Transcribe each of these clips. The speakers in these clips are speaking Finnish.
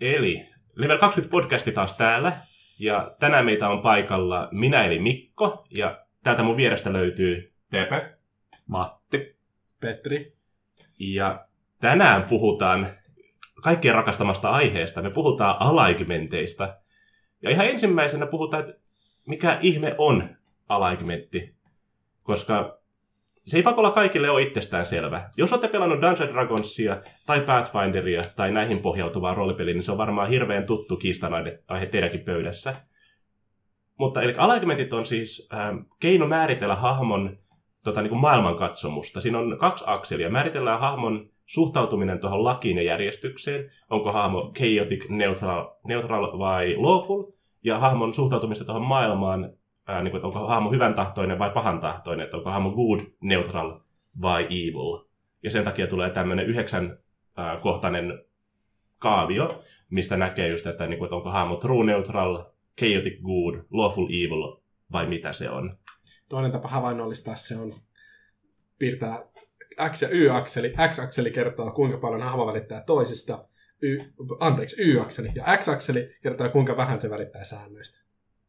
Eli Level 20 podcasti taas täällä. Ja tänään meitä on paikalla minä eli Mikko. Ja täältä mun vierestä löytyy Tepe, Matti, Petri. Ja tänään puhutaan kaikkien rakastamasta aiheesta. Me puhutaan alignmenteista. Ja ihan ensimmäisenä puhutaan, että mikä ihme on alignmentti. Koska se ei pakolla kaikille ole itsestään selvä. Jos olette pelannut Dungeons & Dragonsia tai Pathfinderia tai näihin pohjautuvaa roolipeliä, niin se on varmaan hirveän tuttu kiistanaihe teidänkin pöydässä. Mutta eli alignmentit on siis keino määritellä hahmon niin kuin maailmankatsomusta. Siinä on 2 akselia. Määritellään hahmon suhtautuminen tuohon lakiin ja järjestykseen. Onko hahmo chaotic, neutral vai lawful? Ja hahmon suhtautumista tuohon maailmaan. Niin kuin, onko hahmo hyvän tahtoinen vai pahan tahtoinen, että onko hahmo good, neutral vai evil. Ja sen takia tulee tämmöinen 9-kohtainen kaavio, mistä näkee just, että, niin kuin, että onko hahmo true neutral, chaotic good, lawful evil vai mitä se on. Toinen tapa havainnollistaa se on piirtää X- ja Y-akseli. X-akseli kertoo, kuinka paljon hahmo välittää toisista. Y-akseli. Ja X-akseli kertoo, kuinka vähän se välittää säännöistä.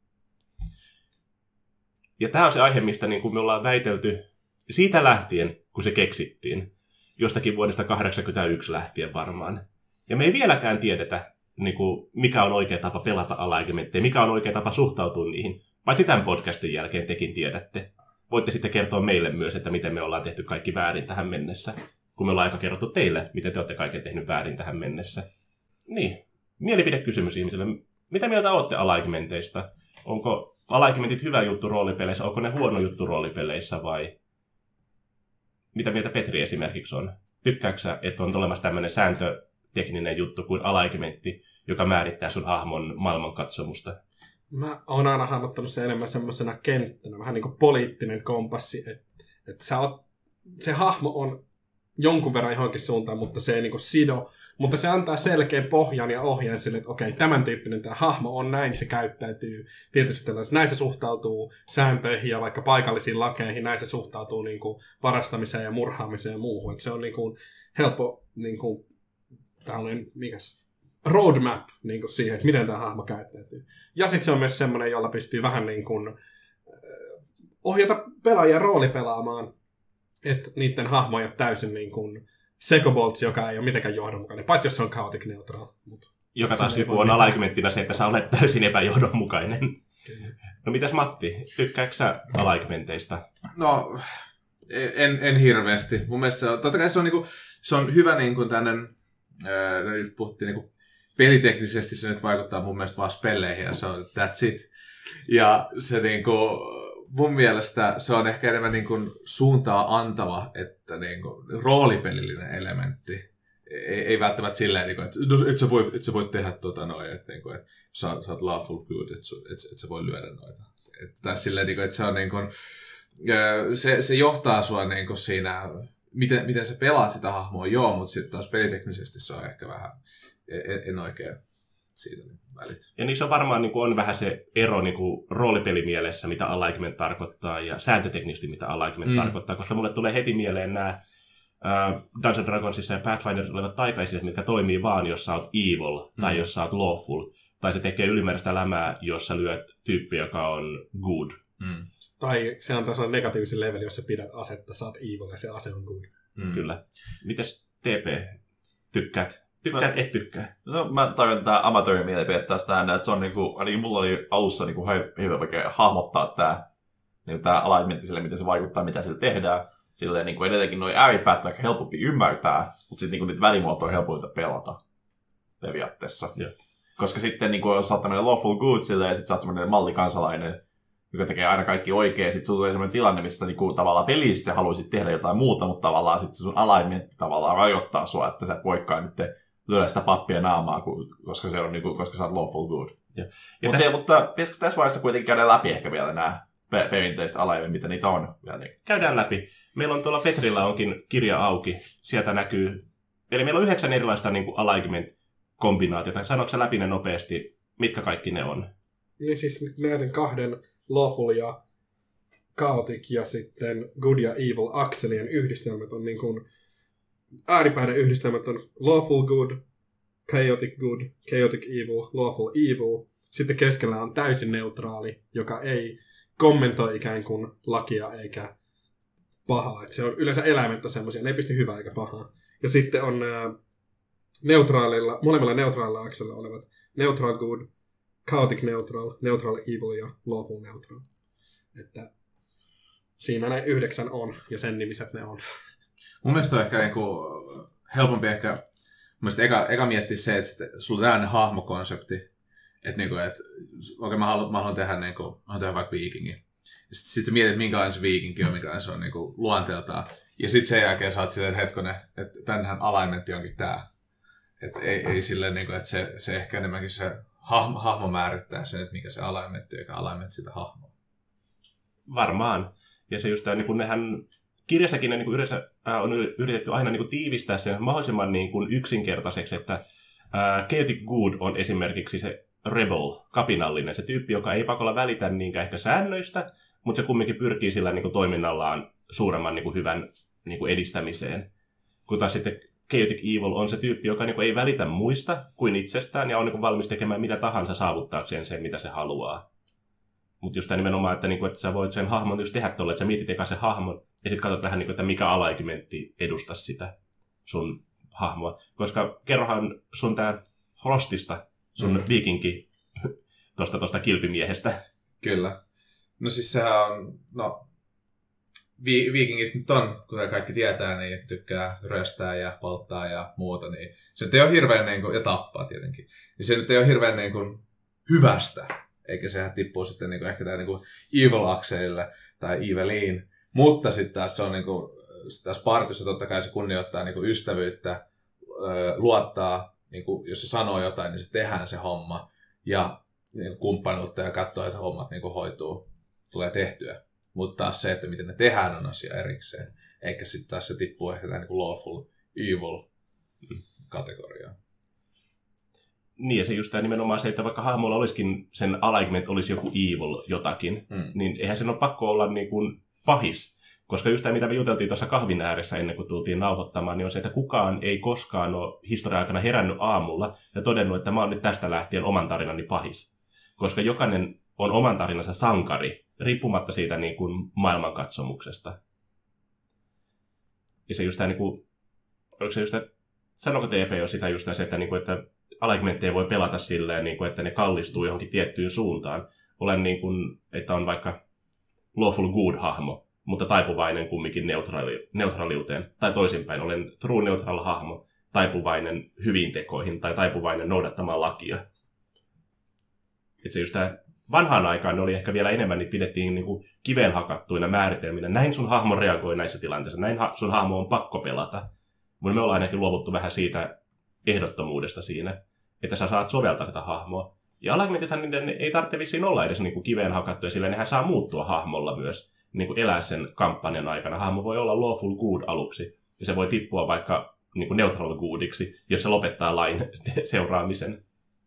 Ja tämä on se aihe, mistä niin kuin me ollaan väitelty siitä lähtien, kun se keksittiin. Jostakin vuodesta 1981 lähtien varmaan. Ja me ei vieläkään tiedetä, niin kuin, mikä on oikea tapa pelata alignmentteja, mikä on oikea tapa suhtautua niihin. Paitsi tämän podcastin jälkeen tekin tiedätte. Voitte sitten kertoa meille myös, että miten me ollaan tehty kaikki väärin tähän mennessä. Kun me ollaan aika kerrottu teille, miten te olette kaiken tehnyt väärin tähän mennessä. Niin, mielipidekysymys ihmisille. Mitä mieltä olette alignmenteista? Onko alignmentit hyvä juttu roolipeleissä? Onko ne huono juttu roolipeleissä vai mitä mieltä Petri esimerkiksi on? Tykkääksä sä, että on olemassa tämmöinen sääntötekninen juttu kuin alignmentti, joka määrittää sun hahmon maailmankatsomusta? Mä oon aina hahmottanut se enemmän semmoisena kenttänä, vähän niin kuin poliittinen kompassi, että se hahmo on jonkun verran johonkin suuntaan, mutta se ei niin kuin sido. Mutta se antaa selkeän pohjan ja ohjeen sille, että okei, tämän tyyppinen tämä hahmo on näin, se käyttäytyy. Tietysti näin se suhtautuu sääntöihin ja vaikka paikallisiin lakeihin, näin se suhtautuu niin kuin varastamiseen ja murhaamiseen ja muuhun. Että se on niin kuin helppo niin kuin, tällainen, roadmap niin kuin siihen, että miten tämä hahmo käyttäytyy. Ja sitten se on myös semmoinen, jolla pystyy vähän niin kuin, ohjata pelaajia roolipelaamaan, että niiden hahmo ei ole täysin niin kuin Sekobolts, joka ei ole mitenkään johdonmukainen, paitsi jos se on chaotic neutral. Joka taas joku on alignmenttina se, että sä olet täysin epäjohdonmukainen. No mitäs Matti, tykkääksä sä alignmenteista? No, en hirveästi. Mun mielestä totta kai se on hyvä niin kuin tämmönen, nyt puhuttiin niin kuin peliteknisesti se nyt vaikuttaa mun mielestä vaan spelleihin ja se on that's it. Ja se niin kuin, mun mielestä se on ehkä enemmän niin kuin suuntaa antava, että niin kuin roolipelillinen elementti. Ei välttämättä silleen, että et sä voi tehdä noin, että sä oot lawful good, että sä voi lyödä noita. Tai silleen, että se on niin kuin, se johtaa sua niin kuin siinä, miten sä pelaat sitä hahmoa, joo, mutta sitten taas peliteknisesti se on ehkä vähän, en oikein siitä välit. Ja niissä on varmaan niin kuin on vähän se ero niin kuin roolipelimielessä, mitä alignment tarkoittaa, ja sääntöteknisesti, mitä alignment tarkoittaa, koska mulle tulee heti mieleen nämä Dungeons & Dragonsissa ja Pathfinderissa olevat taikaisiset, mitkä toimii vaan, jos sä oot evil, tai jos sä oot lawful, tai se tekee ylimääräistä lämää, jos sä lyöt tyyppi, joka on good. Tai se on taas negatiivisen level, jos sä pidät asetta, sä oot evil ja se ase on good. Kyllä. Mites TP? Tykkäät? Et tykkää? No mä tarvitsen tää amatöörimielipide taas tähän, että se on niinku, ainakin mulla oli alussa niinku hyvä vaikea hahmottaa tää alignmentti sille, miten se vaikuttaa, mitä sillä tehdään. Silleen niinku edelleenkin noi ääripäät on aika helpompi ymmärtää, mutta sitten niinku niitä välimuotoja on helpompi pelata periaatteessa. Yeah. Koska sitten niinku, jos sä oot tämmönen lawful good silleen, ja sit sä oot semmonen mallikansalainen, joka tekee aina kaikki oikein, sit sulla tulee semmoinen tilanne, missä niinku tavallaan pelissä sä haluaisit tehdä jotain muuta, mutta tavallaan sit sun alignmentti tavallaan rajoittaa sua, että sä et voikaan nyt lyödä sitä pappia naamaa, koska se on niinku, koska sä oot lawful good. Yeah. Mutta pitäisikö tässä vaiheessa kuitenkin käydä läpi ehkä vielä nämä perinteiset alignment, mitä niitä on? Käydään läpi. Meillä on tuolla Petrillä onkin kirja auki. Sieltä näkyy, eli meillä on 9 erilaista niin kuin alignment-kombinaatiota. Sanoitko sä läpi ne nopeasti, mitkä kaikki ne on? Niin siis näiden 2 lawful ja chaotic ja sitten good ja evil akselien yhdistelmät on niin kuin ääripäiden yhdistelmät on lawful good, chaotic good, chaotic evil, lawful evil. Sitten keskellä on täysin neutraali, joka ei kommentoi ikään kuin lakia eikä pahaa. Et se on yleensä eläimet on semmoisia, ne ei pysty hyvää eikä pahaa. Ja sitten on molemmilla neutraalilla aksella olevat neutral good, chaotic neutral, neutral evil ja lawful neutral. Että siinä ne 9 on, ja sen nimiset ne on. Mun mielestä on ehkä niinku helpompi ehkä, eka miettiä se, että sulla on tällainen hahmokonsepti, että niinku, okei, mä haluan tehdä vaikka viikingin. Sitten mietit, minkälainen se viikinki on, minkälainen se on niinku luonteeltaan. Ja sitten sen jälkeen sä oot silleen, että hetkonen, että tännehän alignmentti onkin tää. Että ei silleen, niinku, että se ehkä enemmänkin se hahmo määrittää sen, että mikä se alignmentti on, eikä alignmentti sitä hahmoa. Varmaan. Ja se just tämä, niin nehän kirjassakin ne, niin on yritetty aina niin tiivistää sen mahdollisimman niin yksinkertaiseksi, että chaotic good on esimerkiksi se rebel, kapinallinen, se tyyppi, joka ei pakolla välitä niinkään ehkä säännöistä, mutta se kumminkin pyrkii sillä niin toiminnallaan suuremman niin hyvän niin edistämiseen. Kun taas sitten chaotic evil on se tyyppi, joka niin ei välitä muista kuin itsestään ja on niin valmis tekemään mitä tahansa saavuttaakseen sen, mitä se haluaa. Mutta just tämä nimenomaan, että sä voit sen hahmon just tehdä tuolla, että sä mietit eka se hahmon ja sitten katsot vähän, että mikä alaikymentti edustaisi sitä sun hahmoa. Koska kerrohan sun tää Frostista, sun viikinki tosta kilpimiehestä. Kyllä. No siis sehän on, viikingit nyt on, kuten kaikki tietää, niin tykkää ryöstää ja polttaa ja muuta, niin se nyt ei ole hirveän, ja tappaa tietenkin, niin se nyt ei ole hirveän hyvästä. Eikä sehän tippuu sitten ehkä tää evil-akseille tai eviliin. Mutta sitten taas se on taas partiossa totta kai se kunnioittaa ystävyyttä, luottaa, jos se sanoo jotain, niin se tehdään se homma. Ja kumppanuutta ja katsoo, että hommat hoituu, tulee tehtyä. Mutta taas se, että miten ne tehdään, on asia erikseen. Eikä sitten taas se tippuu ehkä tähän lawful evil-kategoriaan. Niin, ja se just tämä nimenomaan se, että vaikka hahmolla olisikin sen alignment olisi joku evil jotakin, niin eihän sen ole pakko olla niin kuin pahis. Koska just tämä, mitä me juteltiin tuossa kahvin ääressä ennen kuin tultiin nauhoittamaan, niin on se, että kukaan ei koskaan ole historian aikana herännyt aamulla ja todennut, että mä oon nyt tästä lähtien oman tarinani pahis. Koska jokainen on oman tarinansa sankari, riippumatta siitä niin kuin maailmankatsomuksesta. Ja se just tämä, niin kuin, oliko se just tämä, sanoko TP jo sitä just se, että, niin kuin, että alignmentteja voi pelata silleen, niin kuin, että ne kallistuu johonkin tiettyyn suuntaan. Olen niin kuin, että on vaikka lawful good-hahmo, mutta taipuvainen kumminkin neutraaliuteen. Tai toisinpäin, olen true neutral hahmo, taipuvainen hyviin tekoihin tai taipuvainen noudattamaan lakia. Että se just tämä vanhaan aikaan oli ehkä vielä enemmän, niin pidettiin niin kuin kiveen hakattuina määritelminä. Näin sun hahmo reagoi näissä tilanteissa, näin sun hahmo on pakko pelata. Mutta me ollaan ainakin luovuttu vähän siitä ehdottomuudesta siinä, että sä saat soveltaa tätä hahmoa. Ja alignmentithan niiden ei tarvitse vissiin olla edes niin kuin kiveen hakattuja, sillä nehän saa muuttua hahmolla myös, niin kuin elää sen kampanjan aikana. Hahmo voi olla lawful good aluksi, ja se voi tippua vaikka niin kuin neutral goodiksi, jos se lopettaa lain seuraamisen.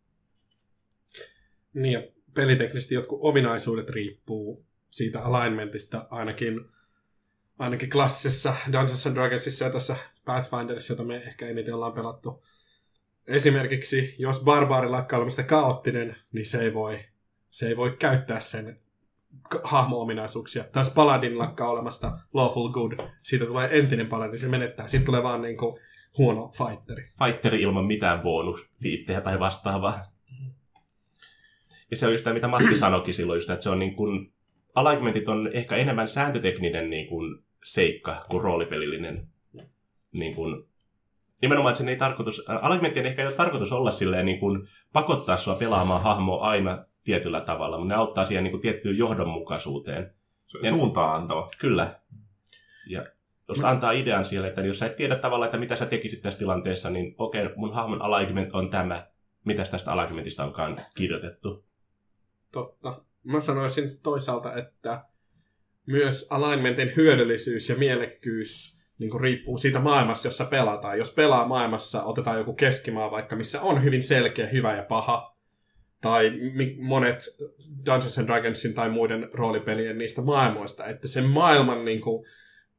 Niin, ja peliteknisesti jotkut ominaisuudet riippuu siitä alignmentista ainakin klassisessa Dungeons & Dragonsissa ja tässä Pathfinderissa, jota me ehkä eniten ollaan pelattu. Esimerkiksi, jos barbaari lakkaa olemasta kaoottinen, niin se ei voi käyttää sen hahmo-ominaisuuksia. Taas paladin lakkaa olemasta lawful good. Siitä tulee entinen paladin, se menettää. Siitä tulee vaan niinku huono fighteri. Fighteri ilman mitään bonusfiittejä tai vastaavaa. Ja se on just tämä, mitä Matti sanoikin silloin, just, että se on niin kuin, alignmentit on ehkä enemmän sääntötekninen niin kuin seikka kuin roolipelillinen. Niin kuin, nimenomaan, että sen ei alignmenttien ehkä ei ole tarkoitus olla silleen, niin kuin, pakottaa sua pelaamaan hahmoa aina tietyllä tavalla, mutta ne auttaa siihen niin kuin, tiettyyn johdonmukaisuuteen. Suuntaan antava. Kyllä. Ja jos antaa idean siellä, että jos sä et tiedä tavallaan, että mitä sä tekisit tässä tilanteessa, niin okei, mun hahmon alignment on tämä. Mitäs tästä alignmentista onkaan kirjoitettu? Totta. Mä sanoisin toisaalta, että myös alignmentin hyödyllisyys ja mielekkyys niin kuin riippuu siitä maailmassa, jossa pelataan. Jos pelaa maailmassa, otetaan joku keskimaa vaikka, missä on hyvin selkeä hyvä ja paha, tai monet Dungeons & Dragonsin tai muiden roolipelien niistä maailmoista, että sen maailman niin kuin,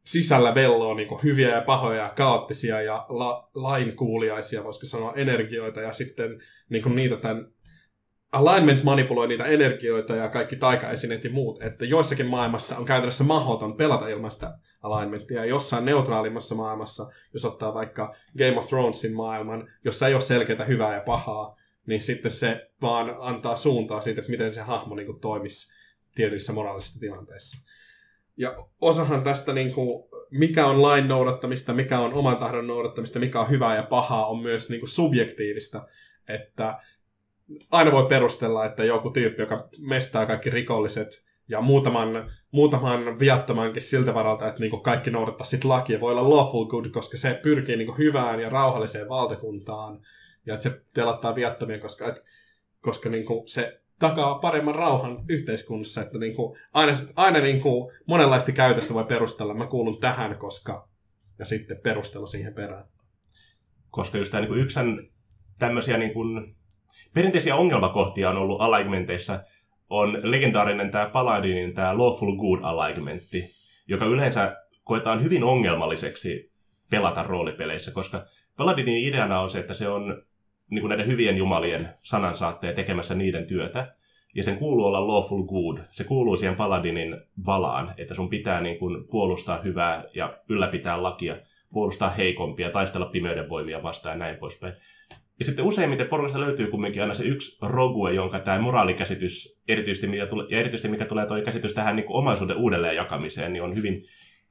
sisällä velloo niin kuin hyviä ja pahoja ja kaoottisia ja lainkuuliaisia, voisiko sanoa, energioita, ja sitten niin kuin niitä tämän alignment manipuloi niitä energioita ja kaikki taikaesineet ja muut, että joissakin maailmassa on käytännössä mahdoton pelata ilman sitä alignmentia, ja jossain neutraalimmassa maailmassa, jos ottaa vaikka Game of Thronesin maailman, jossa ei ole selkeää hyvää ja pahaa, niin sitten se vaan antaa suuntaa siitä, että miten se hahmo niin kuin toimisi tietyissä moraalisissa tilanteissa. Ja osahan tästä, niin kuin, mikä on lain noudattamista, mikä on oman tahdon noudattamista, mikä on hyvää ja pahaa, on myös niin kuin subjektiivista, että aina voi perustella, että joku tyyppi, joka mestaa kaikki rikolliset ja muutaman viattomankin siltä varalta, että niinku kaikki noudattaa sit lakia, voi olla lawful good, koska se pyrkii niinku hyvään ja rauhalliseen valtakuntaan ja että se telottaa viattomia, koska niinku se takaa paremman rauhan yhteiskunnassa, että niinku aina niinku monenlaista käytöstä voi perustella, mä kuulun tähän, koska, ja sitten perustelu siihen perään. Koska just tämä niinku yksi tämmöisiä niinku perinteisiä ongelmakohtia on ollut alignmenteissa, on legendaarinen tämä Paladinin tämä Lawful Good alignmentti, joka yleensä koetaan hyvin ongelmalliseksi pelata roolipeleissä, koska Paladinin ideana on se, että se on niin kuin näiden hyvien jumalien sanansaatteja tekemässä niiden työtä, ja sen kuuluu olla Lawful Good. Se kuuluu siihen Paladinin valaan, että sun pitää niin kuin puolustaa hyvää ja ylläpitää lakia, puolustaa heikompia, taistella pimeyden voimia vastaan ja näin poispäin. Ja sitten useimmiten porukasta löytyy kumminkin aina se yksi rogue, jonka tämä moraalikäsitys, erityisesti mikä tulee tuo käsitys tähän niin kuin omaisuuden uudelleen jakamiseen, niin on hyvin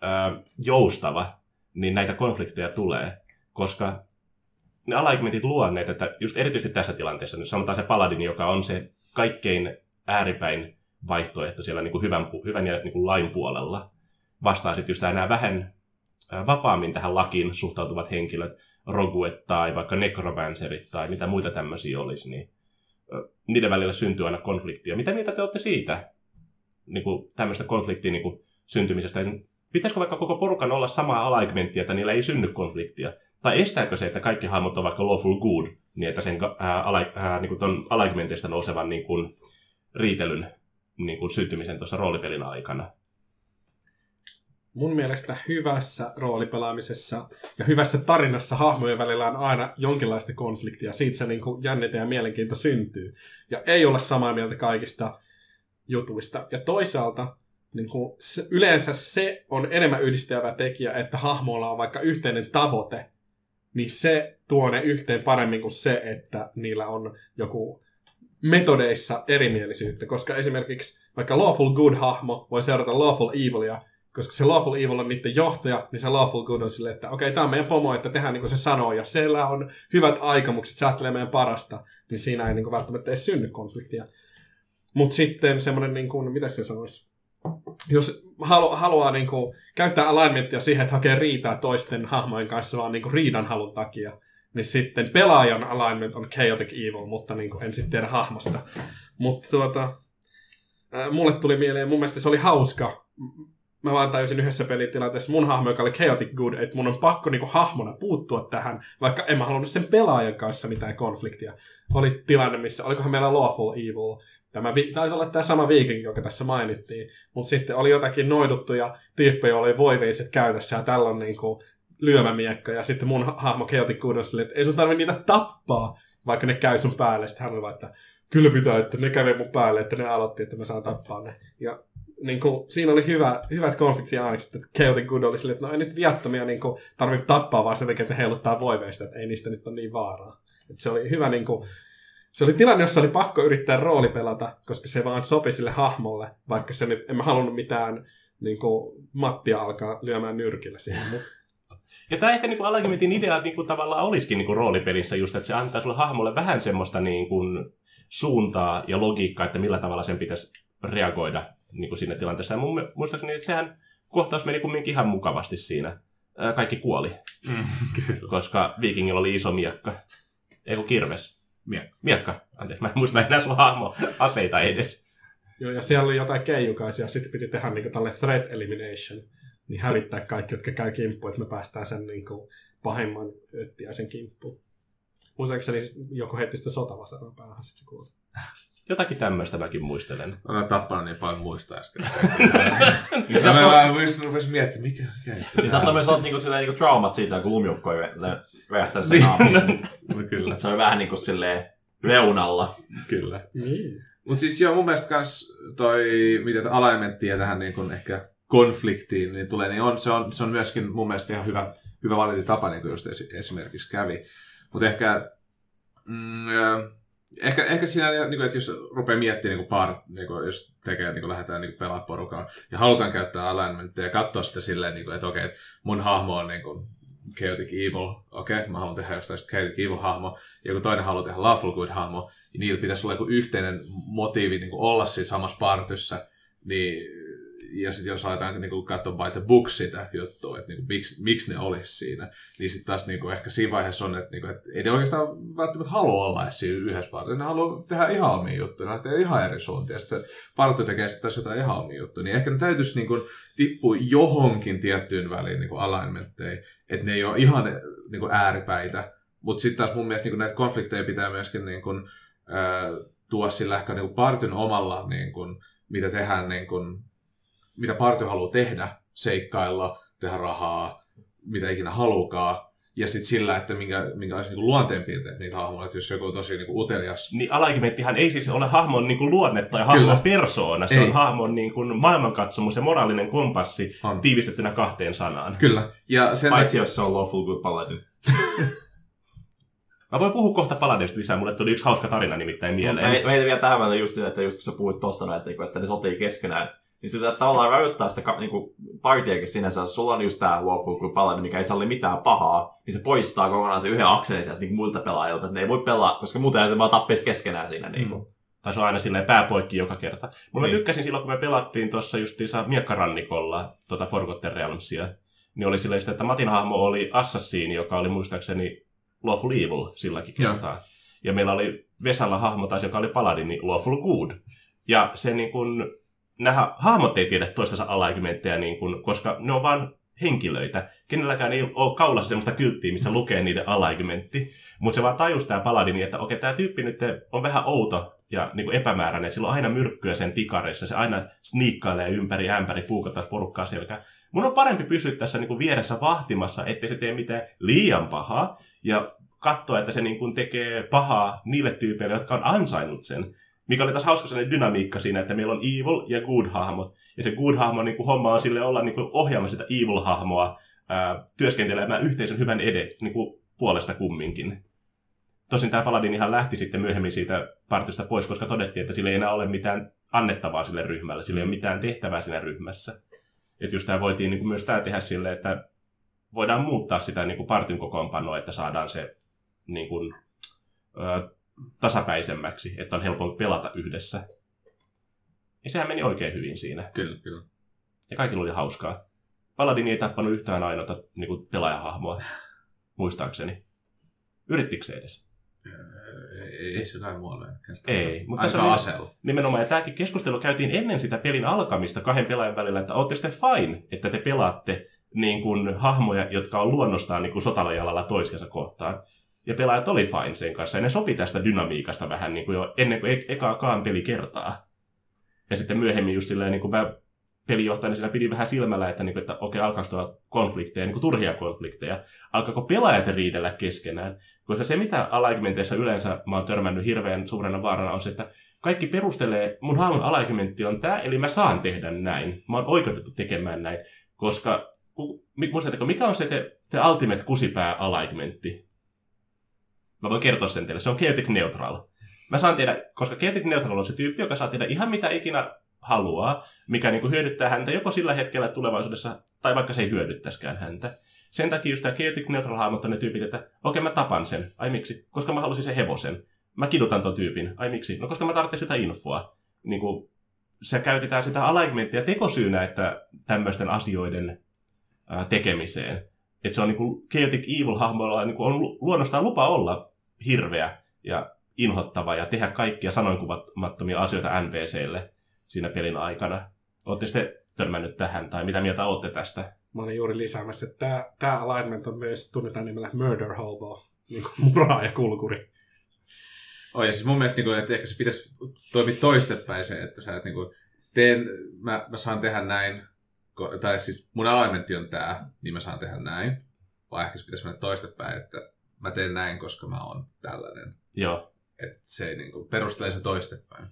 joustava, niin näitä konflikteja tulee. Koska ne alignmentit luonneet, että just erityisesti tässä tilanteessa, nyt sanotaan se paladini, joka on se kaikkein ääripäin vaihtoehto siellä niin kuin hyvän ja niin kuin lain puolella, vastaa sitten just nämä vähän vapaammin tähän lakiin suhtautuvat henkilöt, roguet tai vaikka necromancerit tai mitä muita tämmöisiä olisi, niin niiden välillä syntyy aina konfliktia. Mitä mieltä te olette siitä niin kuin tämmöistä konfliktia niin kuin syntymisestä? Pitäisikö vaikka koko porukan olla samaa alignmenttia, että niillä ei synny konfliktia? Tai estääkö se, että kaikki hahmot on vaikka lawful good, niin että sen niin kuin ton alignmentista nousevan niin kuin riitelyn niin kuin syntymisen tuossa roolipelin aikana? Mun mielestä hyvässä roolipelaamisessa ja hyvässä tarinassa hahmojen välillä on aina jonkinlaista konfliktia. Siitä se niin kuin jännite ja mielenkiinto syntyy. Ja ei ole samaa mieltä kaikista jutuista. Ja toisaalta niin kuin yleensä se on enemmän yhdistävä tekijä, että hahmoilla on vaikka yhteinen tavoite, niin se tuo ne yhteen paremmin kuin se, että niillä on joku metodeissa erimielisyyttä. Koska esimerkiksi vaikka Lawful Good-hahmo voi seurata Lawful Evilia, koska se Lawful Evil on niiden johtaja, niin se Lawful Good on silleen, että okei, tää on meidän pomo, että tehdään niin kuin se sanoo, ja siellä on hyvät aikomukset, se ajattelee meidän parasta, niin siinä ei niin kuin välttämättä edes synny konfliktia. Mutta sitten semmoinen, niin kuin, mitä se sanoisi, jos haluaa niin kuin käyttää alignmenttia siihen, että hakee riitaa toisten hahmojen kanssa vaan niin kuin riidan halun takia, niin sitten pelaajan alignment on chaotic evil, mutta niin kuin en sitten tiedä hahmosta. Mutta mulle tuli mieleen, mun mielestä se oli hauska. Mä vaan tajusin yhdessä pelitilanteessa mun hahmo, joka oli chaotic good, että mun on pakko niinku hahmona puuttua tähän, vaikka en mä halunnut sen pelaajan kanssa mitään konfliktia. Oli tilanne, missä olikohan meillä lawful evil. Taisi olla tämä sama viikinki, joka tässä mainittiin, mutta sitten oli jotakin noiduttuja tyyppejä, joilla oli voiveiset käytössä ja tällä on niinku lyömämiekka. Ja sitten mun hahmo chaotic good on silleen, että ei sun tarvitse niitä tappaa, vaikka ne käy sun päälle. Sitten hän oli vaan, että kyllä pitää, että ne kävi mun päälle, että ne aloitti, että mä saan tappaa ne. Ja niin kuin, siinä oli hyvät konfliktiaanekset, että Chaotic Good oli silleen, että no ei nyt viattomia niin tarvitse tappaa, vaan sen takia, että ne heiluttaa voiveista, että ei niistä nyt ole niin vaaraa. Että se oli hyvä, niin kuin, se oli tilanne, jossa oli pakko yrittää roolipelata, koska se vaan sopi sille hahmolle, vaikka se nyt, en mä halunnut mitään niin kuin, Mattia alkaa lyömään nyrkillä siihen. Mutta ja tämä ehkä niin alignmentin idea niin kuin, tavallaan olisikin niin kuin roolipelissä just, että se antaa sulle hahmolle vähän semmoista niin kuin, suuntaa ja logiikkaa, että millä tavalla sen pitäisi reagoida niin kuin siinä tilanteessa. Ja muistaakseni, että sehän kohtaus meni kumminkin ihan mukavasti siinä. Kaikki kuoli. Koska viikingillä oli iso miekka. Eiku kirves. Miekka. Anteeksi, mä en muista enää sun hahmo aseita edes. Joo, ja siellä oli jotain keijukaisia. Sitten piti tehdä niin tälle threat elimination. Niin hävittää kaikki, jotka käy kimppuun, että me päästään sen niin kuin, pahimman öttiäisen kimppuun. Muistaakseni joku heitti sitä sotavasaran päähän, sitten se kuoli. Jotakin tämmöistä mäkin muistelen. Olen tappanut niin paljon muista äsken. Ja mä rupesin miettimään, mikä siis saattaa myös olla niinku traumat siitä, kun lumiukko räjähtää sen naamiin. Kyllä. Se on vähän niinku silleen reunalla. Kyllä. Mutta siis joo, mun mielestä kans toi, mitä alignmenttia tähän niin kun ehkä konfliktiin niin tulee, niin se on myöskin mun mielestä ihan hyvä valitetapa, niin kuin just esimerkiksi kävi. Mutta ehkä siinä, niin kuin, että jos rupeaa miettimään, niin kuin, jos tekee, niin kuin lähdetään niin pelaamaan porukkaan ja halutaan käyttää alignmenttia ja katsoa sitä silleen, niin kuin, että okei, mun hahmo on niin kuin chaotic evil, okei, mä haluan tehdä jostain chaotic evil-hahmo, ja kun toinen haluaa tehdä lawful good-hahmo, niin niillä pitäisi olla joku yhteinen motiivi niin kuin olla siinä samassa partyssä, niin ja sitten jos aletaan niinku katsoa by the book sitä juttua, että niinku, miksi ne olisi siinä, niin sitten taas niinku, ehkä siinä vaiheessa on, että niinku, et ei ne oikeastaan välttämättä halua olla edes siinä yhdessä partissa. Ne haluaa tehdä ihan omia juttuja, ne lähtee ihan eri suuntiin, ja sitten party tekee sitten taas jotain ihan omia juttuja. Niin ehkä ne täytyisi niinku, tippua johonkin tiettyyn väliin niinku alignmentteihin, että ne ei ole ihan niinku, ääripäitä. Mutta sitten taas mun mielestä niinku, näitä konflikteja pitää myöskin niinku, tuoda sillä ehkä niinku, partyn omalla, niinku, mitä tehdään niinku, mitä party haluaa tehdä, seikkailla, tehdä rahaa, mitä ikinä halukaan, ja sitten sillä, että minkälaisia niin luonteenpiirteet niitä hahmoja, että jos joku on tosi niin utelias. Niin alignmenttihan ei siis ole hahmon niin luonne tai hahmon persoona, se on hahmon niin maailmankatsomus ja moraalinen kompassi tiivistettynä 2 sanaan. Kyllä. Ja sen paitsi jos se on lawful good paladin. Mä voin puhua kohta Paladinista lisää, mulle tuli yksi hauska tarina nimittäin mieleen. Meitä vielä tähän väliin just sitä, että just kun sä puhuit tosta, että ne sotii keskenään, niin se tavallaan rajoittaa sitä niinku, partiakin sinänsä. Sulla on just tää lawful good paladin, mikä ei salli mitään pahaa, niin se poistaa kokonaan sen yhden akselin sieltä niinku, muilta pelaajilta, että ne ei voi pelaa, koska muuten se vaan tappeisi keskenään siinä. Niinku. Tai se on aina silleen pääpoikki joka kerta. Mä tykkäsin silloin, kun me pelattiin tuossa justiinsa miekkarannikolla Forgotten Realmsia, niin oli silleen sitä, että Matin hahmo oli assassini, joka oli muistaakseni lawful evil silläkin kertaa. Ja meillä oli Vesalla hahmo taas, joka oli paladin, niin lawful good. Ja se niin kun nämä hahmot ei tiedä toistensa alignmentteja, niin kun, koska ne on vaan henkilöitä. Kenelläkään ei ole kaulassa semmoista kylttiä, missä lukee niiden alignmentti. Mutta se vaan tajus tämä paladini, että okei, tämä tyyppi nyt on vähän outo ja niin kuin epämääräinen. Sillä on aina myrkkyä sen tikareissa. Se aina sniikkailee ympäri ämpäri, puukottaa porukkaa selkään. Mun on parempi pysyä tässä niin kuin vieressä vahtimassa, ettei se tee mitään liian pahaa. Ja katsoa, että se niin kuin tekee pahaa niille tyypeille, jotka on ansainnut sen. Mikä oli taas hauska sellainen dynamiikka siinä, että meillä on evil ja good-hahmot. Ja se good-hahmo niin kuin homma on sille olla niin kuin ohjaamassa sitä evil-hahmoa työskentelemään yhteisön hyvän niin kuin puolesta kumminkin. Tosin tämä paladin ihan lähti sitten myöhemmin siitä partista pois, koska todettiin, että sillä ei enää ole mitään annettavaa sille ryhmälle. Sillä ei ole mitään tehtävää siinä ryhmässä. Että just tämä voitiin niin kuin myös tämä tehdä silleen, että voidaan muuttaa sitä niin kuin partin kokoonpanoa, että saadaan se niin kuin, tasapäisemmäksi, että on helpompi pelata yhdessä. Ja sehän meni oikein hyvin siinä. Kyllä. Ja kaikilla oli hauskaa. Paladin ei tappanut yhtään ainoata niin kuin pelaajahahmoa, muistaakseni. Yrittikö se edes? Ei se kai muualle. Ei, mutta aika se oli asella. Nimenomaan, ja tämäkin keskustelu käytiin ennen sitä pelin alkamista 2 pelaajan välillä, että ootte sitten fine, että te pelaatte niin kuin hahmoja, jotka on luonnostaan niin kuin sotalajalalla toisiansa kohtaan. Ja pelaajat oli fine sen kanssa, ja ne sopi tästä dynamiikasta vähän niin kuin jo ennen kuin ekaakaan peli kertaa. Ja sitten myöhemmin just silleen, niin kuin mä pelijohtajana siinä pidin vähän silmällä, että okei, alkaako tuolla konflikteja, niin kuin turhia konflikteja. Alkaako pelaajat riidellä keskenään? Koska se, mitä alignmenteissa yleensä mä oon törmännyt hirveän suurena vaarana, on se, että kaikki perustelee, mun hahmon alignmentti on tää, eli mä saan tehdä näin. Mä oon oikeutettu tekemään näin. Koska, muistatteko, mikä on se te ultimate kusipää alignmentti? Mä voin kertoa sen teille. Se on chaotic neutral. Mä saan tehdä, koska chaotic neutral on se tyyppi, joka saa tehdä ihan mitä ikinä haluaa, mikä niin kuin hyödyttää häntä joko sillä hetkellä tulevaisuudessa, tai vaikka se ei hyödyttäisikään häntä. Sen takia just tämä chaotic neutral hahmot on ne tyypit, että okei, mä tapan sen. Ai miksi? Koska mä halusin sen hevosen. Mä kidutan ton tyypin. Ai miksi? No koska mä tarvitsen sitä infoa. Niin kuin, se käytetään sitä alignmenttia tekosyynä, että tämmöisten asioiden tekemiseen. Että se on niin kuin chaotic evil-hahmoilla niin kuin on luonnostaan lupa olla hirveä ja inhottava ja tehdä kaikkia sanoinkuvattomia asioita NPClle siinä pelin aikana. Ootte sitten törmännyt tähän, tai mitä mieltä ootte tästä? Mä olin juuri lisäämässä, että tämä alignment on myös tunnetaan nimellä Murder Hobo, niin kuin muraa ja kulkuri. Ja siis mun mielestä, niin kuin, että ehkä se pitäisi toimia toistepäin se, että sä et niin kuin, mä saan tehdä näin, tai siis mun alignmentti on tää, niin mä saan tehdä näin. Vai ehkä se pitäisi mennä toistepäin, että mä teen näin, koska mä oon tällainen. Joo. Että se niin kuin, perustelee se toistepäin.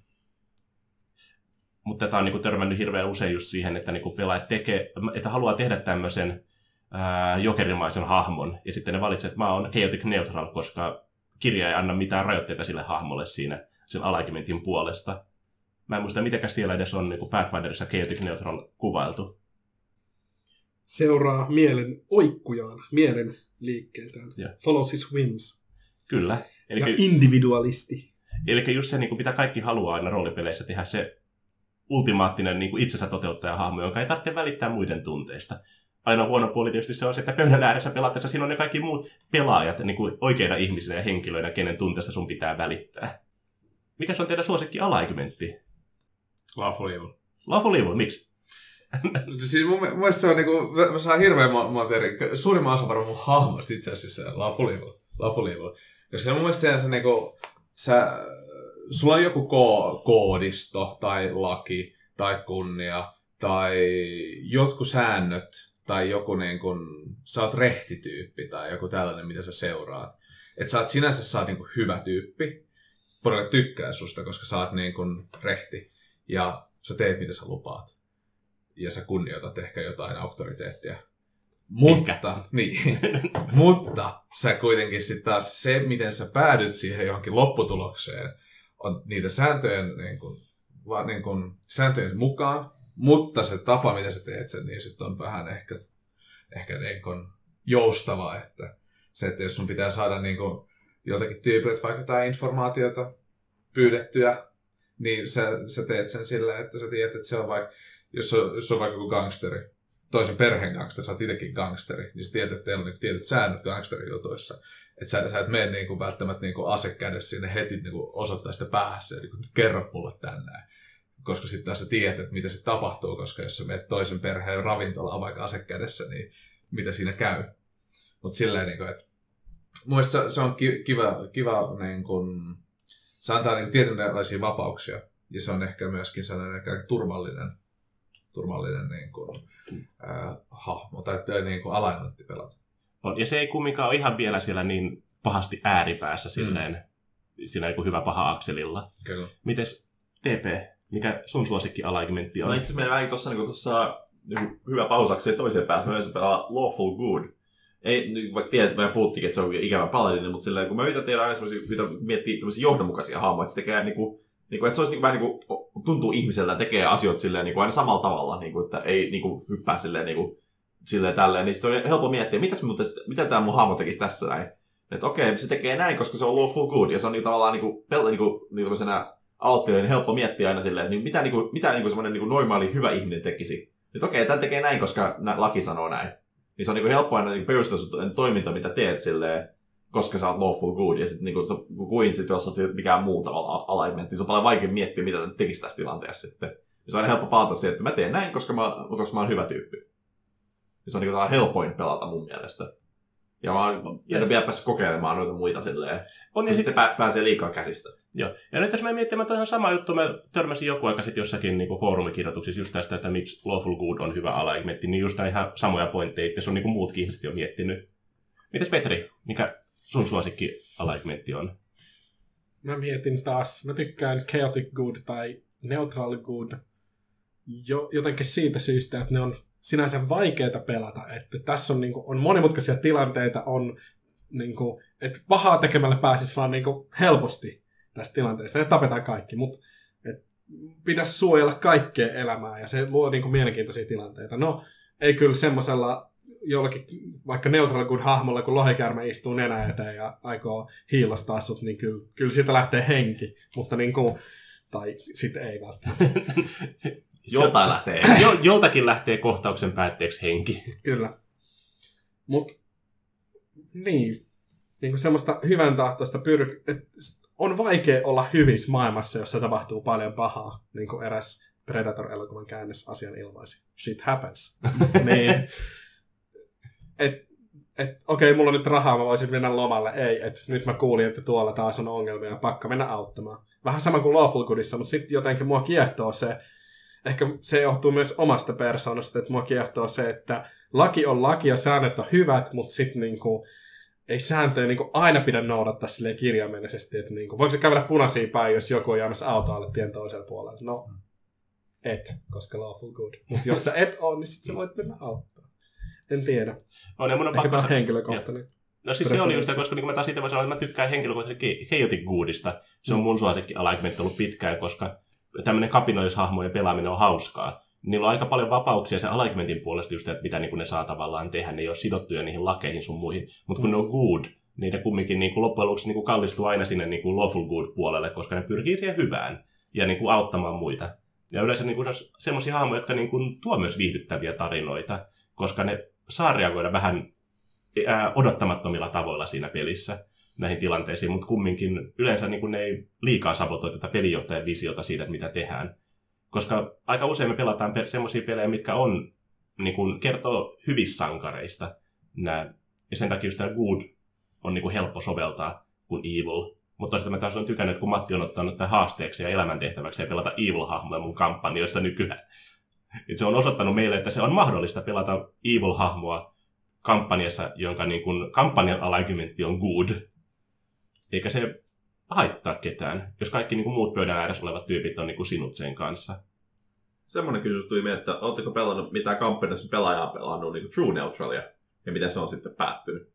Mutta tätä on niin törmännyt hirveän usein just siihen, että niin pelaajat että haluaa tehdä tämmöisen jokerimaisen hahmon, ja sitten ne valitsee, että mä oon chaotic neutral, koska kirja ei anna mitään rajoitteita sille hahmolle siinä sen alignmentin puolesta. Mä en muista, mitenkäs siellä edes on niin Pathfinderissa chaotic neutral kuvailtu. Seuraa mielen oikkujaan, mielen liikkeitään. Yeah. Follows his whims. Kyllä. Ja individualisti. Eli just se, mitä kaikki haluaa aina roolipeleissä tehdä, se ultimaattinen itsensä toteuttaja hahmo, jonka ei tarvitse välittää muiden tunteista. Aina huono puoli tietysti se on se, että pöydän ääressä pelaatessa siinä on ne kaikki muut pelaajat niin kuin oikeina ihmisinä ja henkilöinä, kenen tunteesta sun pitää välittää. Mikä se on teidän suosikki alignmentti? Lawful Evil. Lawful Evil, miksi? Siis mun mielestä se on niinku, mä saan hirveän monta eri, suurimman osa varmaan mun hahmoista itse asiassa Lawful Evil. Koska mun mielestä se niinku, sulla on joku koodisto tai laki tai kunnia tai jotkut säännöt tai joku niinku, sä oot rehtityyppi tai joku tällainen, mitä sä seuraat. Että sä oot sinänsä niinku hyvä tyyppi, porukka tykkää susta, koska sä oot niinku rehti ja sä teet mitä sä lupaat. Ja sä kunnioitat ehkä jotain auktoriteettia. Mutta sä kuitenkin sitten taas se, miten sä päädyt siihen johonkin lopputulokseen, on niitä sääntöjen, sääntöjen mukaan, mutta se tapa, miten sä teet sen, niin sitten on vähän ehkä joustava, että se, että jos sun pitää saada joltakin tyypiltä vaikka jotain informaatiota pyydettyä, niin sä teet sen sillä, että sä tiedät, että se on vaikka, jos on vaikka joku gangsteri, toisen perheen gangsteri, sä oot itsekin gangsteri, niin sä tiedät, että teillä on tietyt säännöt gangsterijutuissa. Että sä et mene välttämättä ase kädessä sinne heti osoittaa sitä päässä ja kerro mulle tänään. Koska sitten taas sä tiedät, että mitä se tapahtuu, koska jos sä menet toisen perheen ravintolaan vaikka ase kädessä, niin mitä siinä käy. Mutta silleen, että mun mielestä se on kiva se antaa tietynlaisia vapauksia. Ja se on ehkä myöskin sellainen turvallinen hahmo tai alignmentti pelata. Ja se ei kumminkaan ole ihan vielä siellä niin pahasti ääripäässä silleen, siinä hyvä paha akselilla. Kyllä. Mites TP, mikä sun suosikki alignmentti on? No itse asiassa meillä vähän tuossa hyvä pausaksi toiseen päähän, myös pelaa Lawful Good. Ei, vaikka tiedät, että me puhuttiin, että se on ikävä paladin, mutta silleen, kun mä yritän tehdä aina miettiä tämmöisiä johdonmukaisia hahmoja, että se tekee että se olisi vähän tuntuu ihmisellä tekee asioita silleen aina samalla tavalla, että ei hyppää silleen tälleen, niin se on helppo miettiä, mitä tämä mun hahmo tekisi tässä näin. Että okei, se tekee näin, koska se on lawful good, ja se on tavallaan tämmöisenä aloittelijoiden helppo miettiä aina silleen, että mitä semmoinen normaali hyvä ihminen tekisi. Että okei, tämä tekee näin, koska laki sanoo näin. Niin se on helppo aina perustaa sun toiminta, mitä teet silleen, koska sä oot lawful good, ja sitten kuin sit, jos oot mikään muu tavalla alignment, niin se on paljon vaikea miettiä, mitä ne tekisi tässä tilanteessa sitten. Ja se on aina helppo palata siihen, että mä teen näin, koska mä oon hyvä tyyppi. Ja se on helpoin pelata mun mielestä. Ja mä en vielä päässyt kokeilemaan noita muita silleen. Ja sitten se pääsee liikaa käsistä. Joo. Ja nyt jos mä mietin, että ihan sama juttu, mä törmäsin joku aika sitten jossakin foorumikirjoituksissa just tästä, että miksi lawful good on hyvä alignmentti, niin just ihan samoja pointteja, että se on muutkin ihmiset jo miettinyt. Mites Petri, mikä sun suosikki alignmentti on? Mä mietin taas, mä tykkään chaotic good tai neutral good jotenkin siitä syystä, että ne on sinänsä vaikeita pelata, että tässä on monimutkaisia tilanteita, että pahaa tekemällä pääsisi vaan helposti tästä tilanteesta, ja tapetaan kaikki, mutta pitäisi suojella kaikkea elämää, ja se luo mielenkiintoisia tilanteita. No, ei kyllä semmoisella jollakin vaikka neutral good hahmolla, kun lohikäärme istuu nenä eteen ja aikoo hiilostaa sut, niin kyllä siitä lähtee henki, mutta tai sitten ei välttämättä. Joltakin lähtee kohtauksen päätteeksi henki. Kyllä. Mut niin semmoista hyvän tahtoista on vaikea olla hyvissä maailmassa, jossa tapahtuu paljon pahaa, niin kuin eräs Predator-elokuvan käännös asian ilmaisi. Shit happens. Niin. että okei, mulla on nyt rahaa, mä voisin mennä lomalle. Ei, että nyt mä kuulin, että tuolla taas on ongelmia ja pakka mennä auttamaan. Vähän sama kuin Lawful Goodissa, mutta sitten jotenkin mua kiehtoo se, ehkä se johtuu myös omasta persoonasta, että mua kiehtoo se, että laki on laki ja säännöt on hyvät, mutta sitten niinku, ei sääntöjä niinku aina pidä noudattaa silleen kirjaimellisesti, että niinku, voiko se kävellä punaisia päin, jos joku on jäämässä autoalle tien toisella puolella? No, et, koska Lawful Good. Mutta jos sä et ole, niin sit sä voit mennä auttaa. En tiedä. On, ja mun on ehkä pakko tämä henkilökohtainen. No siis se oli just koska niin mä taas itse voin sanoa, että mä tykkään henkilökohtaisesti Chaotic Goodista. Se on mun suosikki alignment ollut pitkään, koska tämmöinen kapinallishahmojen pelaaminen on hauskaa. Niillä on aika paljon vapauksia sen alignmentin puolesta just, että mitä niin ne saa tavallaan tehdä. Ne ei ole sidottuja niihin lakeihin sun muihin. Mutta kun ne on good, niin ne kumminkin niin loppujen lopuksi niin kallistuu aina sinne niin lawful good puolelle, koska ne pyrkii siihen hyvään ja niin auttamaan muita. Ja yleensä niin on semmoisia hahmoja, jotka niin tuo myös viihdyttäviä tarinoita, koska ne saa reagoida vähän odottamattomilla tavoilla siinä pelissä näihin tilanteisiin, mutta kumminkin yleensä niin ne ei liikaa sabotoi tätä pelijohtajan visiota siitä, että mitä tehdään. Koska aika usein me pelataan semmoisia pelejä, mitkä on, niin kuin, kertoo hyvistä sankareista. Ja sen takia just tämä good on niin kuin helppo soveltaa kuin evil. Mutta toisaalta mä taas olen tykännyt, että kun Matti on ottanut tämän haasteeksi ja elämäntehtäväksi ja pelata evil-hahmoja mun kampanjoissa nykyään. Et se on osoittanut meille, että se on mahdollista pelata evil-hahmoa kampanjassa, jonka niin kuin, kampanjan alignmentti on good. Eikä se haittaa ketään, jos kaikki niin kuin muut pöydän ääressä olevat tyypit on niin kuin sinut sen kanssa. Semmoinen kysymys tuli mieleen, että oletteko pelannut mitään kampanjassa pelaajaa pelannut niin kuin True Neutralia, ja miten se on sitten päättynyt?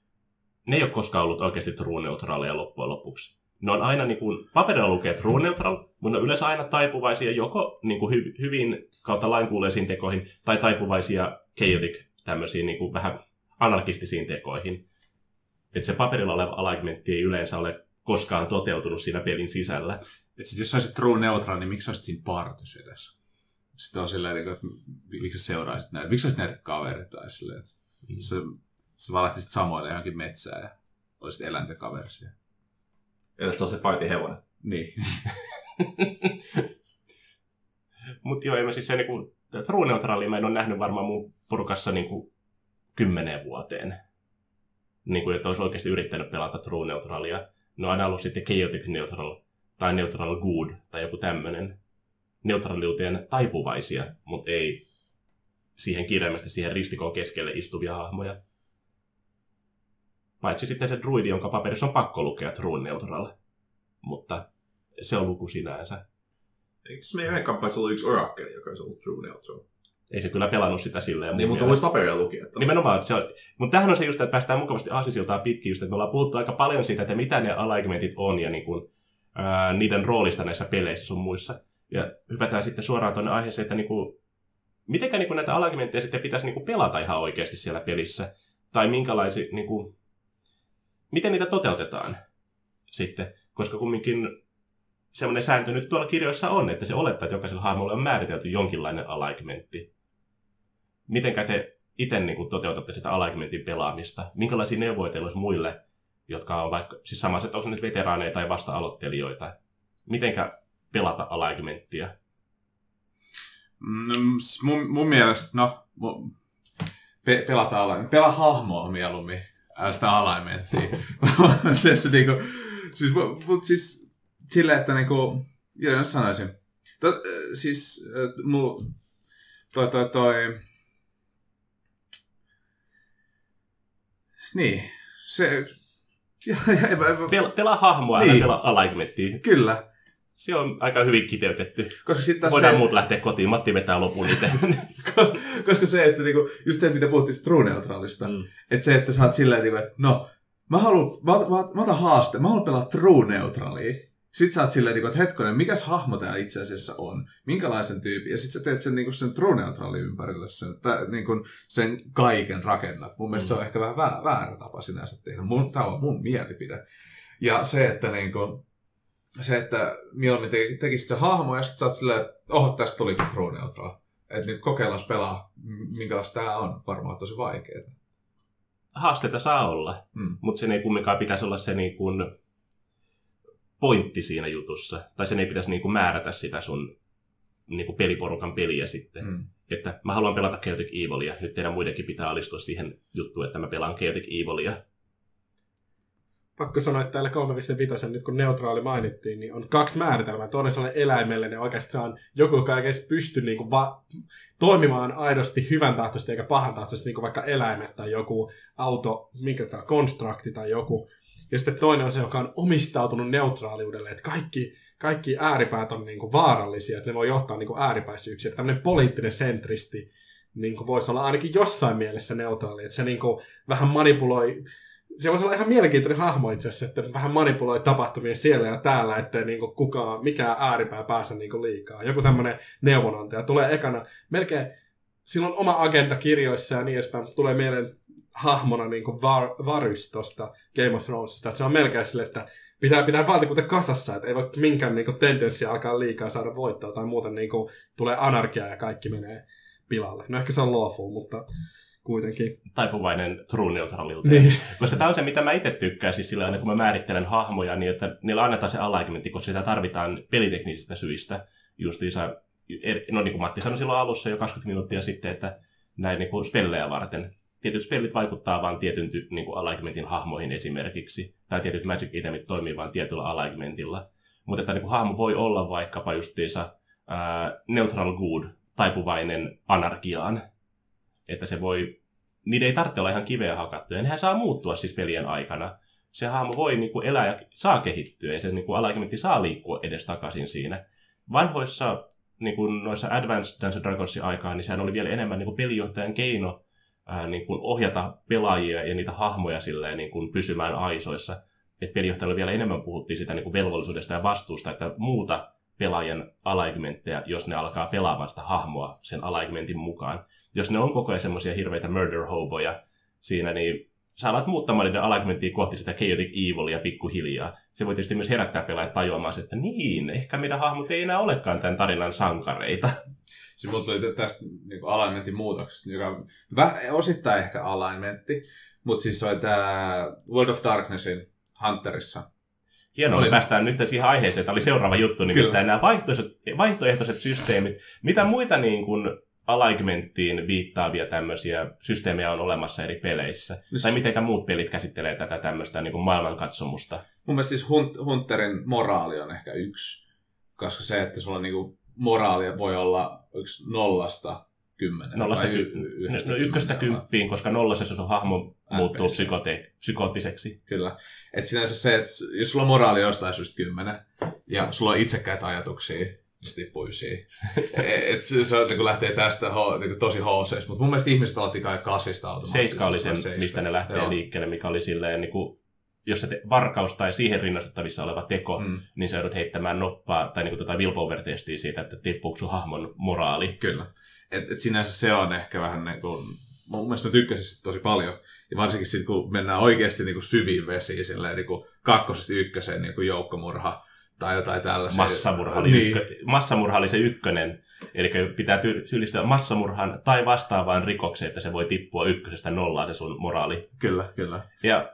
Ne ei ole koskaan ollut oikeasti True Neutralia loppujen lopuksi. Ne on aina, niin kuin, paperilla lukee True Neutral, mutta ne on yleensä aina taipuvaisia joko niin kuin hyvin kautta lainkuuleisiin tekoihin, tai taipuvaisia chaotic, tämmöisiin niin kuin vähän anarkistisiin tekoihin. Että se paperilla oleva alignmentti ei yleensä ole koskaan toteutunut siinä pelin sisällä. Että jos sä olisit true neutral, niin miksi olisit siinä partys edessä? Sitten on silleen, että miksi sä seuraisit näitä? Miksi olisit näitä kavereita? Tai silleen, että sä valehtisit samoille johonkin metsään ja olisit eläinten kaverisia. Eli se on se partyhevonen. Niin. Mutta joo, mä siis se niinku, true neutralia mä en ole nähnyt varmaan mun porukassa niinku 10 vuoteen. Niinku, että olisi oikeasti yrittänyt pelata true neutralia. Ne on aina ollut sitten chaotic neutral tai neutral good tai joku tämmönen neutraaliuteen taipuvaisia, mutta ei siihen kirjaimesti siihen ristikon keskelle istuvia hahmoja. Paitsi sitten se druidi, jonka paperissa on pakko lukea true neutral. Mutta se on luku sinänsä. Eikö meidän yhden kampanjassa ollut yksi orakkeli, joka olisi ollut true neutral? Ei se kyllä pelannut sitä silleen. Niin, mutta voisi paperia lukea. Nimenomaan. Mutta tämähän on se just, että päästään mukavasti aasisiltaa pitkin, just, että me ollaan puhuttu aika paljon siitä, että mitä ne alignmentit on ja niin kuin, niiden roolista näissä peleissä sun muissa. Ja hypätään sitten suoraan tuonne aiheeseen, että niin kuin, mitenkä niin kuin näitä alignmentteja sitten pitäisi niin kuin pelata ihan oikeasti siellä pelissä. Tai minkälaisia, niin kuin, miten niitä toteutetaan sitten. Koska kumminkin semmoinen sääntö nyt tuolla kirjoissa on, että se olettaa, että jokaisella hahmolla on määritelty jonkinlainen alignmentti. Mitenkä te itse niin kuin toteutatte sitä alignmentin pelaamista? Minkälaisia neuvoja teillä olisi muille, jotka on vaikka, siis samassa, että onko se nyt veteraaneja tai vasta-aloittelijoita? Mitenkä pelata alignmenttia? Mun mielestä, pelaa hahmoa mieluummin, sitä alignmenttia. se niinku, siis silleen, että niinku, jos sanoisin, niin, se... Pelaa hahmoa ja pelaa alignmenttia. Kyllä. Se on aika hyvin kiteytetty. Koska sitten voidaan muut lähteä kotiin. Matti vetää lopun itse. Koska se, että niinku, just se, mitä puhuttiin true neutralista, että se, että sä oot silleen, niinku, että no, mä otan haasteen, mä haluan pelaa true neutralia. Sitten sä oot silleen, niinku, että hetkonen, mikäs hahmo tää itse asiassa on? Minkälaisen tyypin? Ja sit sä teet sen, niinku, sen true neutralin ympärille, niinku, sen kaiken rakennat. Mun mielestä se on ehkä vähän väärä tapa sinänsä tehdä. Tää on mun mielipide. Ja se, että niinku, että mieluummin tekisit se hahmo ja sit sä oot silleen, että tästä tuli true neutral. Että nyt kokeillaan pelaa, minkälaista tää on. Varmaan tosi vaikeeta. Haasteita saa olla, mutta sen ei kumminkaan pitäisi olla se niin kuin pointti siinä jutussa. Tai sen ei pitäisi niin kuin määrätä sitä sun niin peliporukan peliä sitten. Että mä haluan pelata Chaotic Evilia, nyt teidän muidenkin pitää alistua siihen juttuun, että mä pelaan Chaotic Evilia. Pakko sanoa, että täällä 3.5, nyt kun neutraali mainittiin, niin on 2 määritelmää. Toinen sellainen eläimellinen, oikeastaan joku, joka ei pysty niinku toimimaan aidosti hyvän tahtoisesti eikä pahan tahtoisesti, niin kuin vaikka eläimet tai joku auto, minkä tämä konstrukti tai joku. Ja sitten toinen on se, joka on omistautunut neutraaliudelle, että kaikki ääripäät on niinku vaarallisia, että ne voi johtaa niinku ääripäisyyksiä. Tämmöinen poliittinen sentristi niinku voisi olla ainakin jossain mielessä neutraali, että se niinku vähän manipuloi. Se voisi olla ihan mielenkiintoinen hahmo itse asiassa, että vähän manipuloi tapahtumia siellä ja täällä, ettei niinku mikään ääripää pääse niinku liikaa. Joku tämmöinen neuvonantaja tulee ekana, melkein, sillä on oma agenda kirjoissa ja niin edespäin, mutta tulee mieleen hahmona niinku Varys tuosta Game of Thronesista, että se on melkein sille, että pitää valtakunta kasassa, että ei voi minkään niinku tendenssi alkaa liikaa saada voittoa tai muuten niinku tulee anarkia ja kaikki menee pilalle. No ehkä se on lawful, mutta kuitenkin. Taipuvainen true neutraaliuteen. Niin. Koska tämä on se, mitä mä itse tykkään, siis sillä aina kun mä määrittelen hahmoja, niin että niillä annetaan se alignmentti, koska sitä tarvitaan peliteknisistä syistä. Justiinsa, no niin kuin Matti sanoi silloin alussa jo 20 minuuttia sitten, että näin niin kuin spellejä varten. Tietyt spellit vaikuttaa vain tietyn niin kuin alignmentin hahmoihin esimerkiksi, tai tietyt magic itemit toimii vain tietyllä alignmentilla. Mutta että niin kuin hahmo voi olla vaikkapa justiinsa neutral good, taipuvainen anarkiaan. Että se voi, niiden ei tarvitse olla ihan kiveä hakattuja. Ja nehän saa muuttua siis pelien aikana. Se hahmo voi niin kuin elää ja saa kehittyä, ja se niin kuin alignmentti saa liikkua edes takaisin siinä. Vanhoissa, niin kuin noissa Advanced Dungeons & Dragonsin aikaan, niin sehän oli vielä enemmän niin kuin pelijohtajan keino niin kuin ohjata pelaajia ja niitä hahmoja silleen, niin kuin pysymään aisoissa. Että pelijohtajalla vielä enemmän puhuttiin sitä niin kuin velvollisuudesta ja vastuusta, että muuta pelaajan alignmentteja, jos ne alkaa pelaamaan sitä hahmoa sen alignmentin mukaan. Jos ne on koko ajan semmoisia hirveitä murder-hoboja siinä, niin sä alat muuttamaan niiden alignmenttia kohti sitä chaotic evilia pikkuhiljaa. Se voi tietysti myös herättää pelaajat tajuamaan, että niin, ehkä meidän hahmot ei enää olekaan tämän tarinan sankareita. Siis mulla tuli tästä niin alignmentin muutoksesta, joka on osittain ehkä alignmentti, mutta siis oli tämä World of Darknessin Hunterissa. Hienoa, me päästään nyt siihen aiheeseen. Tämä oli seuraava juttu, niin nämä vaihtoehtoiset systeemit. Mitä muita niin kuin alignmenttiin viittaavia tämmöisiä systeemejä on olemassa eri peleissä? Tai mitenkä muut pelit käsittelee tätä tämmöistä niin kuin maailmankatsomusta? Mun mielestä siis Hunterin moraali on ehkä yksi, koska se, että sulla niin kuin moraalia voi olla 0-10. 1-10, koska 0 se sun hahmo muuttuu psykoottiseksi. Kyllä. Et sinänsä se, että jos sulla moraali jostain syystä 10 ja sulla on itsekkäitä ajatuksia, niin se tippuu 9. Se on, kun lähtee tästä niin tosi hooseista. Mutta mun mielestä ihmiset aloitti kai 8 automaattisesti. 7 oli sen, mistä ne lähtee liikkeelle, mikä oli silleen, niin kuin, jos se varkaus tai siihen rinnastettavissa oleva teko, niin sä joudut heittämään noppaa tai niin kuin willpower-testiä siitä, että tippuuko sun hahmon moraali. Kyllä. Et sinänsä se on ehkä vähän niin kuin, mun mielestä mä tykkäsin sitä tosi paljon. Ja varsinkin sitten, kun mennään oikeasti niin kuin syviin vesiin, silleen niin kuin 2-1 niin kuin joukkomurha tai jotain tällaisia. Massamurha oli se 1, eli pitää syyllistyä massamurhaan tai vastaavaan rikokseen, että se voi tippua 1-0 se sun moraali. Kyllä, kyllä. Ja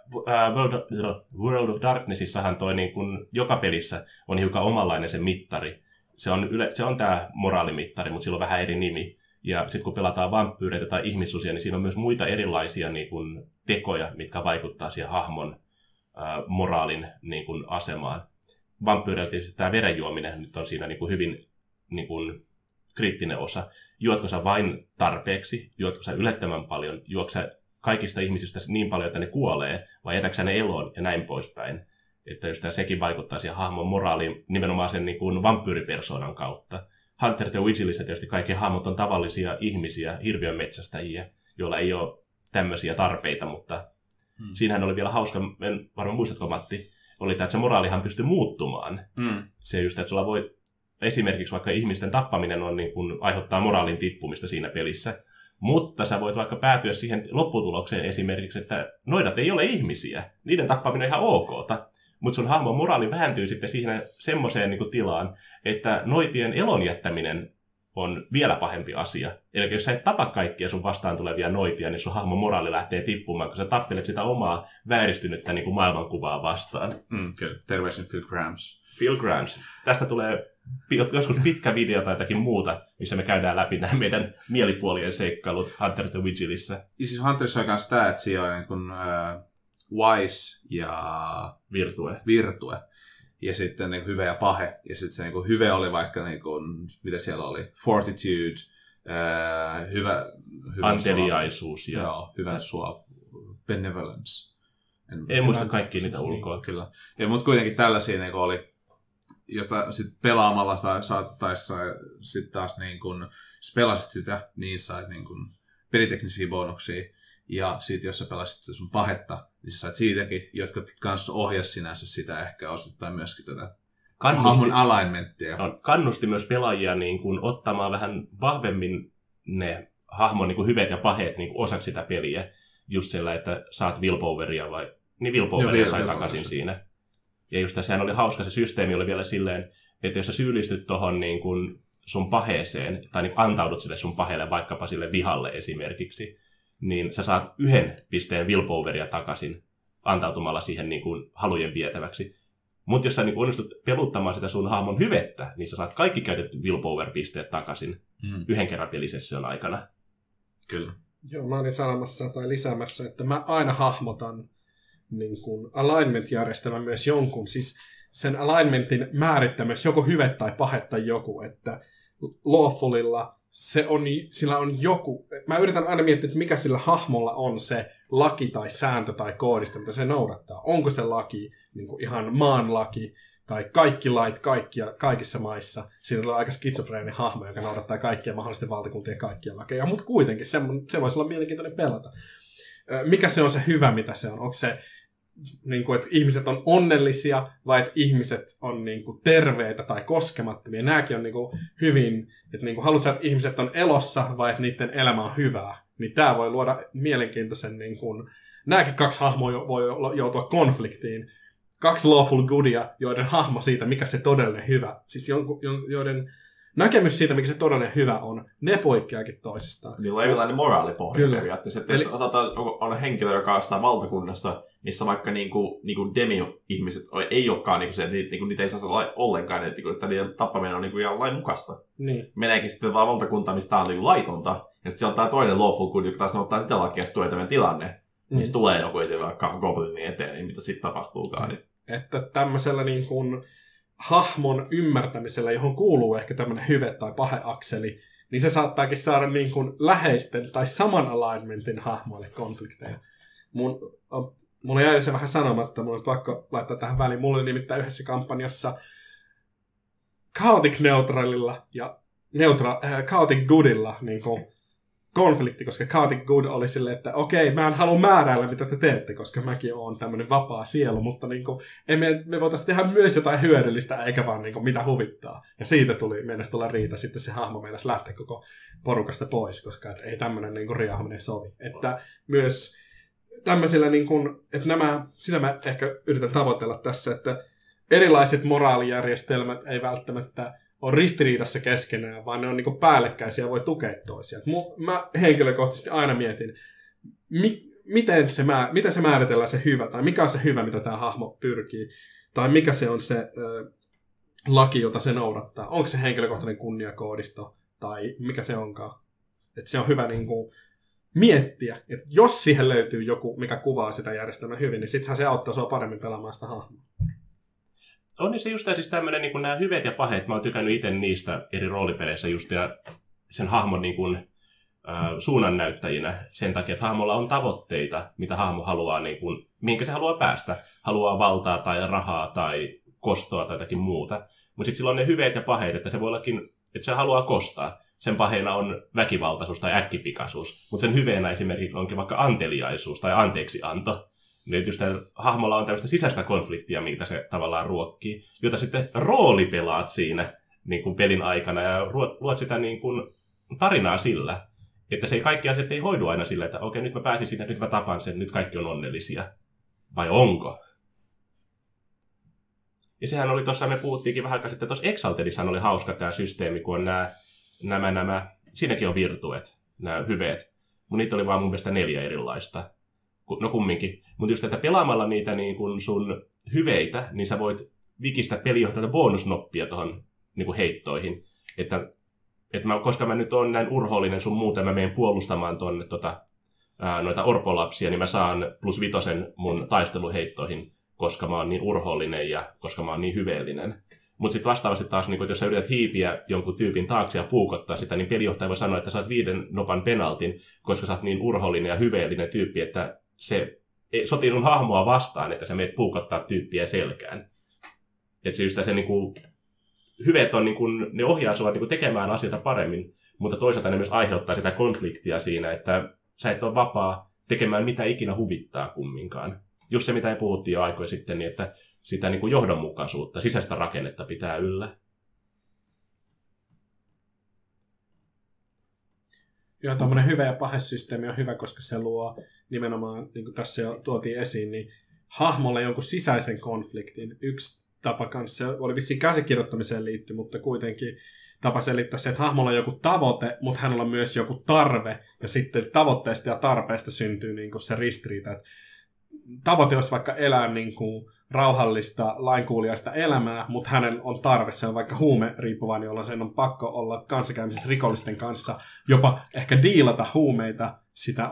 World of Darknessissahan toi niin kun joka pelissä on hiukan omanlainen se mittari. Se on tämä moraalimittari, mutta sillä on vähän eri nimi. Ja sitten kun pelataan vampyyreitä tai ihmissusia, niin siinä on myös muita erilaisia niin kun, tekoja, mitkä vaikuttaa siihen hahmon moraalin niin kun, asemaan. Vampyyreillä tietysti tämä verenjuominen nyt on siinä niin kun, hyvin niin kun, kriittinen osa. Juotko sä vain tarpeeksi, juotko sä yllättävän paljon, juotko sä kaikista ihmisistä niin paljon, että ne kuolee, vai jätätkö sä ne eloon ja näin poispäin. Että jos sekin vaikuttaa siihen hahmon moraaliin nimenomaan sen niin kuin vampyyripersoonan kautta. Hunter ja Vigilissä tietysti kaikki hahmot on tavallisia ihmisiä, hirviön metsästäjiä, joilla ei ole tämmöisiä tarpeita, mutta siinähän oli vielä hauska, en varmaan muistatko Matti, oli tämä, että se moraalihan pystyy muuttumaan. Se just, että sulla voi esimerkiksi vaikka ihmisten tappaminen on niin kuin, aiheuttaa moraalin tippumista siinä pelissä, mutta sä voit vaikka päätyä siihen lopputulokseen esimerkiksi, että noidat ei ole ihmisiä, niiden tappaminen on ihan okta. Mutta sun hahmon moraali vähentyy sitten siihen semmoiseen niin kuin tilaan, että noitien elon jättäminen on vielä pahempi asia. Eli jos sä et tapa kaikkia sun vastaan tulevia noitia, niin sun hahmon moraali lähtee tippumaan, kun sä tappelet sitä omaa vääristynyttä niin kuin maailmankuvaa vastaan. Kyllä. Terveisin Phil Grams. Phil Grams. Tästä tulee joskus pitkä video tai jotakin muuta, missä me käydään läpi nämä meidän mielipuolien seikkailut Hunter the Vigilissä. Ja siis Hunterissa on myös tämä, että siellä on niin kuin, Wise ja Virtue. Ja sitten niin hyvä ja pahe. Ja sitten se niin kuin, hyve oli vaikka, niin kuin, mitä siellä oli, Fortitude, hyvä anteliaisuus. Joo, hyvän suo, Benevolence. En muista kaikkia niitä ulkoa. Kyllä. Mutta kuitenkin tällaisia niin oli, jota sitten pelaamalla saattaisi sitten taas niin kun, jos pelasit sitä, niin sait niin kun peliteknisiä bonuksia. Ja sitten jos sä pelasit sun pahetta, niin sä sait siitäkin, jotka kanssa ohjasi sinänsä sitä ehkä osittain myöskin tätä hahmon alignmenttia. Kannusti myös pelaajia niin kun, ottamaan vähän vahvemmin ne hahmon niin kun, hyveet ja paheet niin kun, osaksi sitä peliä. Just sillä, että saat willpoweria vai... Niin willpoweria sai takaisin siinä. Ja just sehän oli hauska, se systeemi oli vielä silleen, että jos sä syyllistyt tohon niin kun sun paheeseen, tai niin antaudut sille sun paheelle, vaikkapa sille vihalle esimerkiksi, niin sä saat 1 pisteen willpoweria takaisin antautumalla siihen niin kun halujen vietäväksi. Mutta jos sä niin onnistut peluttamaan sitä sun hahmon hyvettä, niin sä saat kaikki käytetyt willpower-pisteet takaisin 1 kerran pelisession aikana. Kyllä. Joo, mä olin sanomassa tai lisäämässä, että mä aina hahmotan niin kuin alignment-järjestelmän myös jonkun. Siis sen alignmentin määrittää myös joko hyve tai pahe tai joku, että lawfulilla sillä on joku. Mä yritän aina miettiä, että mikä sillä hahmolla on se laki tai sääntö tai koodista, mitä se noudattaa. Onko se laki niin kuin ihan maan laki tai kaikki lait kaikissa maissa. Siitä tulee aika skitsofreeninen hahmo, joka noudattaa kaikkia mahdollisten valtakuntien kaikkia lakeja, mutta kuitenkin se voisi olla mielenkiintoinen pelata. Mikä se on se hyvä, mitä se on? Onko se, niin kuin, että ihmiset on onnellisia vai että ihmiset on niin kuin, terveitä tai koskemattomia? Nämäkin on niin kuin, hyvin, että niin kuin, haluatko, että ihmiset on elossa vai että niiden elämä on hyvää? Niin tämä voi luoda mielenkiintoisen, niin kuin, nämäkin 2 hahmoa voi joutua konfliktiin. 2 lawful goodia, joiden hahmo siitä, mikä se todellinen hyvä, siis joiden näkemys siitä, mikä se todellinen hyvä on, ne poikkeakin toisistaan. Niillä on erilainen moraalipohja periaatteessa. Jos on henkilö, joka on sitä valtakunnassa, missä vaikka niinku demi-ihmiset ei olekaan, niinku se, että niitä ei saa olla ollenkaan, että niiden tappaminen on niinku ihan lain mukaista. Niin. Meneekin sitten vaan valtakuntaan, mistä tämä on niinku laitonta, ja sitten siellä on tämä toinen lawful good, joka taas ottaa sitä lakia, ja tulee tämän tilanne, missä tulee joku esimerkiksi vaikka goblinin eteen, niin mitä sitten tapahtuukaan. Niin. Että tämmöisellä niin kuin hahmon ymmärtämisellä, johon kuuluu ehkä tämmöinen hyve- tai pahe-akseli, niin se saattaakin saada niin kuin läheisten tai saman alignmentin hahmoille konflikteja. Mulla jäi se vähän sanomatta, mun on pakko laittaa tähän väliin. Mulla oli nimittäin yhdessä kampanjassa Chaotic Neutralilla ja Chaotic Goodilla niin kuin konflikti, koska Chaotic Good oli silleen, että okei, mä en halua määräillä, mitä te teette, koska mäkin oon tämmönen vapaa sielu, mutta niin kuin, me voitaisiin tehdä myös jotain hyödyllistä, eikä vaan niin kuin, mitä huvittaa. Ja siitä mennessä tulla riita, sitten se hahmo meinasi lähteä koko porukasta pois, koska ei tämmönen niin kuin riahuminen sovi. Että myös tämmöisillä, niin kuin, että sitä mä ehkä yritän tavoitella tässä, että erilaiset moraalijärjestelmät ei välttämättä on ristiriidassa keskenään, vaan ne on niinku päällekkäisiä ja voi tukea toisiaan. Mä henkilökohtaisesti aina mietin, miten se määritellään se hyvä, tai mikä on se hyvä, mitä tämä hahmo pyrkii, tai mikä se on se laki, jota se noudattaa. Onko se henkilökohtainen kunniakoodisto, tai mikä se onkaan. Että se on hyvä niinku miettiä, että jos siihen löytyy joku, mikä kuvaa sitä järjestelmää hyvin, niin sittenhän se auttaa sua paremmin pelaamaan sitä hahmoa. On niin se just siis tämmöinen, niin nämä hyveet ja paheet, mä oon tykännyt itse niistä eri roolipeleissä just ja sen hahmon niin kuin, suunnannäyttäjinä sen takia, että hahmolla on tavoitteita, mitä hahmo haluaa, niin kuin, mihinkä se haluaa päästä. Haluaa valtaa tai rahaa tai kostoa tai jotakin muuta. Mutta sitten sillä on ne hyveet ja paheet, että se voi ollakin, että se haluaa kostaa. Sen paheena on väkivaltaisuus tai äkkipikaisuus. Mutta sen hyveenä esimerkiksi onkin vaikka anteliaisuus tai anteeksianto. Nyt just hahmolla on tämmöistä sisäistä konfliktia, mitä se tavallaan ruokkii, jota sitten roolipelaat siinä niin kuin pelin aikana ja luot sitä niin kuin tarinaa sillä, että se kaikki asiat ei hoidu aina sillä, että okei, nyt mä pääsin sinne, nyt mä tapan sen, nyt kaikki on onnellisia. Vai onko? Ja sehän oli tuossa, me puhuttiinkin vähän aikaa sitten, tuossa Exaltedissahan oli hauska tämä systeemi, kun on nämä siinäkin on virtuet, nämä hyveet. Mutta niitä oli vaan mun mielestä 4 erilaista. No kumminkin. Mutta just, että pelaamalla niitä niin kun sun hyveitä, niin sä voit vikistä pelijohtajalta bonusnoppia tuohon niin kuin heittoihin. Että koska mä nyt oon näin urhoollinen sun muuta, mä menen puolustamaan tuonne noita orpolapsia, niin mä saan +5 mun taisteluheittoihin, koska mä oon niin urhoollinen ja koska mä oon niin hyveellinen. Mutta sitten vastaavasti taas, niin kun, jos sä yrität hiipiä jonkun tyypin taakse ja puukottaa sitä, niin pelijohtaja voi sanoa, että saat 5 nopan penaltin, koska sä oot niin urhoollinen ja hyveellinen tyyppi, että se sotii sun hahmoa vastaan, että sä meet puukottaa tyyppiä selkään. Että se just se niinku, hyveet on, niinku, ne ohjaa sua niinku tekemään asioita paremmin, mutta toisaalta ne myös aiheuttaa sitä konfliktia siinä, että sä et ole vapaa tekemään mitä ikinä huvittaa kumminkaan. Just se, mitä ei puhuttiin jo aikoja sitten, niin että sitä niin kuin johdonmukaisuutta, sisäistä rakennetta pitää yllä. Joo, tuommoinen hyvä ja pahesysteemi on hyvä, koska se luo nimenomaan, niin kuin tässä jo tuotiin esiin, niin hahmolle jonkun sisäisen konfliktin. Yksi tapa kanssa, se oli vissiin käsikirjoittamiseen liittyy, mutta kuitenkin tapa selittää se, että hahmolla on joku tavoite, mutta hänellä on myös joku tarve, ja sitten tavoitteesta ja tarpeesta syntyy niin kuin se ristiriita, että tavoite olisi vaikka elää niin kuin rauhallista, lainkuuliaista elämää, mutta hänen on tarve, se on vaikka huumeriippuvainen, jolloin sen on pakko olla kanssakäymisessä rikollisten kanssa, jopa ehkä diilata huumeita sitä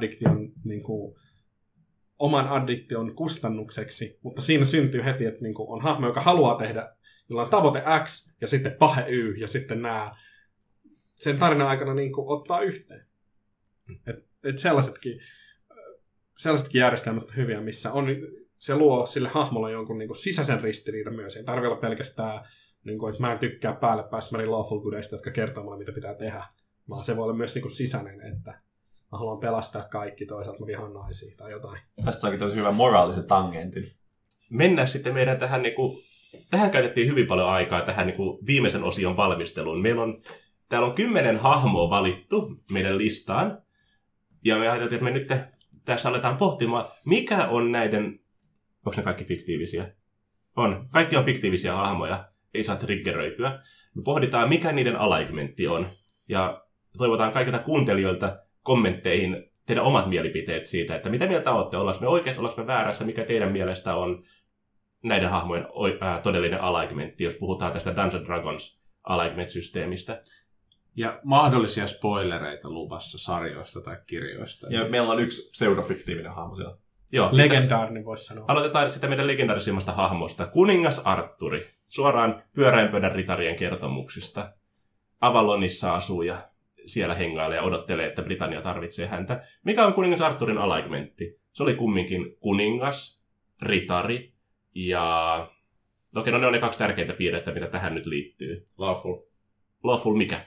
oman addiktion kustannukseksi, mutta siinä syntyy heti, että niin kuin on hahmo, joka haluaa tehdä, jolla on tavoite X ja sitten pahe Y ja sitten nämä sen tarinan aikana niin kuin ottaa yhteen. Et sellaisetkin järjestelmät on hyviä, missä se luo sille hahmolle jonkun niin kuin sisäisen ristiriidan myös. Ei tarvitse olla pelkästään, niin kuin, että mä en tykkää päälle pääsmärin lawful goodista, jotka kertoo mulle, mitä pitää tehdä. Vaan se voi olla myös niin kuin sisäinen, että mä haluan pelastaa kaikki, toisaalta mä vihaan naisia tai jotain. Tästä onkin tosi hyvä moraalisen tangentin. Mennään sitten meidän tähän, tähän käytettiin hyvin paljon aikaa, tähän viimeisen osion valmisteluun. Täällä on 10 hahmoa valittu meidän listaan. Ja me ajateltiin, että me nyt tässä aletaan pohtimaan, mikä on näiden... Onko ne kaikki fiktiivisiä? On. Kaikki on fiktiivisiä hahmoja. Ei saa triggeröityä. Me pohditaan, mikä niiden alaikumentti on. Ja toivotaan kaikilta kuuntelijoilta kommentteihin teidän omat mielipiteet siitä, että mitä mieltä olette. Ollaanko me oikeassa, ollaanko me väärässä, mikä teidän mielestä on näiden hahmojen todellinen alaikumentti, jos puhutaan tästä Dungeons & Dragons alaikument-systeemistä. Ja mahdollisia spoilereita luvassa sarjoista tai kirjoista. Ja meillä on yksi pseudofiktiivinen hahmo siellä. Joo, legendaarinen voisi sanoa. Aloitetaan sitä meidän legendaarisimmasta hahmosta. Kuningas Arturi. Suoraan pyöreän pöydän ritarien kertomuksista. Avalonissa asuu ja siellä hengailee ja odottelee, että Britannia tarvitsee häntä. Mikä on kuningas Arturin alaikumentti? Se oli kumminkin kuningas, ritari ja... Okei, no ne on ne 2 tärkeintä piirrettä, mitä tähän nyt liittyy. Lawful. Lawful mikä?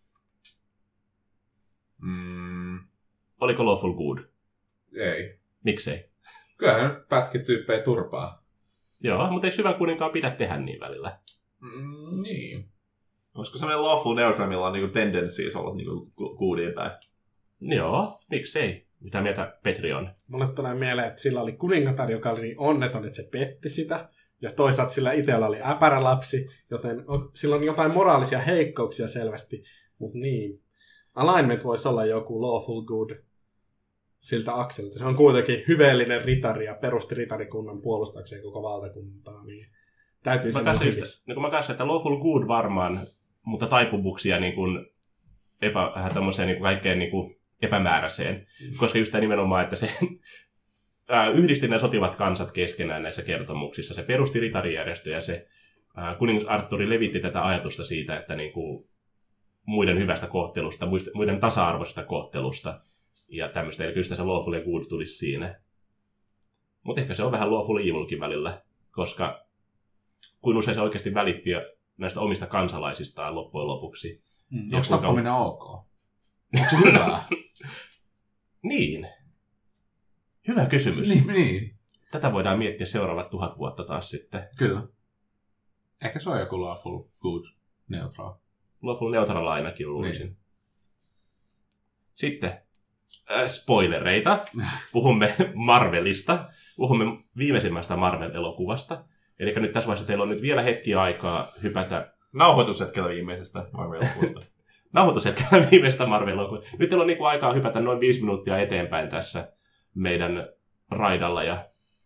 Oliko lawful good? Ei. Miksei? Kyllähän pätkityyppejä turpaa. Joo, mutta eikö hyvän kuninkaan pidä tehdä niin välillä? Niin. Olisiko sellainen lawful neutral, millä on niinku tendencies olla niinku goodien päin? Joo, miksei? Mitä mieltä Petri on? Mulle tulee mieleen, että sillä oli kuningatar, joka oli niin onneton, että se petti sitä. Ja toisaalta sillä itsellä oli äpärä lapsi, joten sillä on jotain moraalisia heikkouksia selvästi. Mutta niin, alignment voisi olla joku lawful good siltä akselilta. Se on kuitenkin hyveellinen ritari ja perusti ritarikunnan puolustakseen koko valtakuntaa. Niin täytyy sen hyvissä. Niin kuin mä kanssa, että lawful good varmaan, mutta taipumuksia niin kuin tämmöiseen niin kuin kaikkeen niin kuin epämääräiseen. Koska just tämä nimenomaan, että se yhdisti ne sotivat kansat keskenään näissä kertomuksissa. Se perusti ritarijärjestöjä ja se kuningas Arturi levitti tätä ajatusta siitä, että niin kuin muiden hyvästä kohtelusta, muiden tasa-arvoisesta kohtelusta ja tämmöistä. Eli kyllä se lawful ja good tulisi siinä. Mutta ehkä se on vähän lawful evilkin välillä, koska kuin usein se oikeasti välitti näistä omista kansalaisistaan loppujen lopuksi. Onko tappaminen ok? Onko se hyvää? Niin. Hyvä kysymys. Niin. Tätä voidaan miettiä seuraavat 1000 vuotta taas sitten. Kyllä. Ehkä se on joku lawful good neutral. Lawful neutral ainakin luulisin. Niin. Sitten spoilereita. Puhumme Marvelista. Puhumme viimeisimmästä Marvel-elokuvasta. Eli nyt tässä vaiheessa teillä on nyt vielä hetki aikaa hypätä... Nauhoitushetkellä viimeisestä Marvel-elokuvasta. Nauhoitushetkellä viimeisestä Marvel-elokuvasta. Nyt teillä on niinku aikaa hypätä noin 5 minuuttia eteenpäin tässä meidän raidalla ja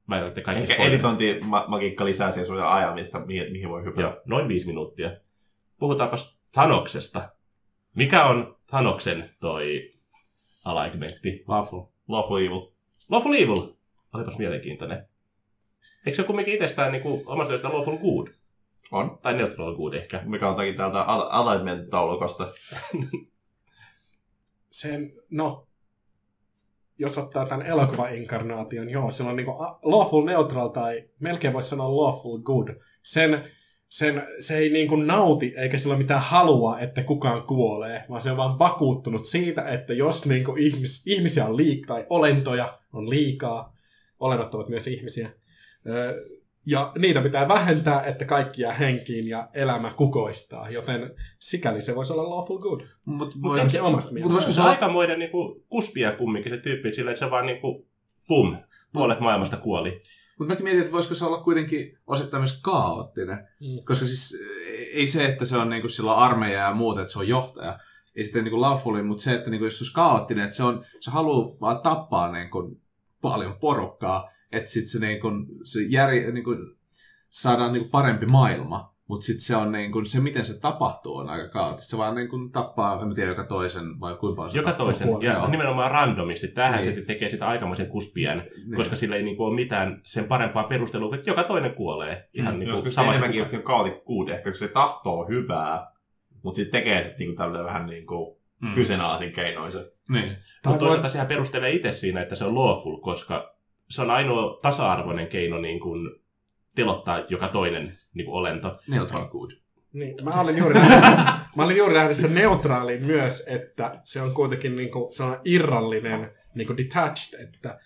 väitätte kaikki Ehkä spoilerit. editointimagiikka lisää siihen sellaisen ajan, mihin voi hypätä. Joo, noin 5 minuuttia. Puhutaanpas Thanoksesta. Mikä on Thanoksen toi alaikmentti? Lawful Evil. Lawful Evil. Olipas mielenkiintoinen. Eikö se ole kumminkin itsestään niin omasta mielestä Lawful Good? On. Tai Neutral Good ehkä. Mikä on täältä alignment-taulukosta. Jos ottaa tämän elokuva-inkarnaation, joo, sillä on niinku lawful neutral tai melkein voisi sanoa lawful good. Se ei niinku nauti eikä sillä ole mitään halua, että kukaan kuolee, vaan se on vaan vakuuttunut siitä, että jos niinku ihmisiä on liikaa tai olentoja on liikaa, olennot ovat myös ihmisiä, ja niitä pitää vähentää, että kaikki jää henkiin ja elämä kukoistaa, joten sikäli se voisi olla lawful good. Mutta omasta mielestä. Voisiko se aikamoinen niinku kuspia kumminkin se tyyppi, sillä että se vaan niinku pum, puolet maailmasta kuoli. Mutta mäkin mietin, että voisiko se olla kuitenkin osittain myös kaoottinen. Koska siis ei se, että se on niinku sillä armeija ja muuta, että se on johtaja. Ei sitten niinku lawfulin, mutta se, että niinku, jos se olisi kaoottinen, että se haluaa vaan tappaa niinku paljon porukkaa, että sitten se, niinku, niinku, saadaan niinku parempi maailma. Mutta sitten se on niinku, se, miten se tapahtuu, on aika kaoottista. Se vaan niinku tappaa, en tiedä, joka toisen vai kuinka paljon se joka tappaa. toisen, ja Joo. nimenomaan randomisti. Tämähän Niin. se tekee sitä aikamoisen kuspian, koska sillä ei niinku ole mitään sen parempaa perustelua, että joka toinen kuolee. Ihan niinku Joskus samassa enemmänkin just chaotic good, ehkä se tahtoo hyvää, mutta sitten tekee sitten niinku tällainen vähän niinku kyseenalaisin keinoin se. Niin. Mutta toisaalta sehän perustelee itse siinä, että se on lawful, koska se on ainoa tasa-arvoinen keino niin kuin telottaa joka toinen niin kuin olento. Neutral good. Niin, mä olin juuri lähdössä neutraaliin myös, että se on kuitenkin niinku sellainen irrallinen, niinku detached, että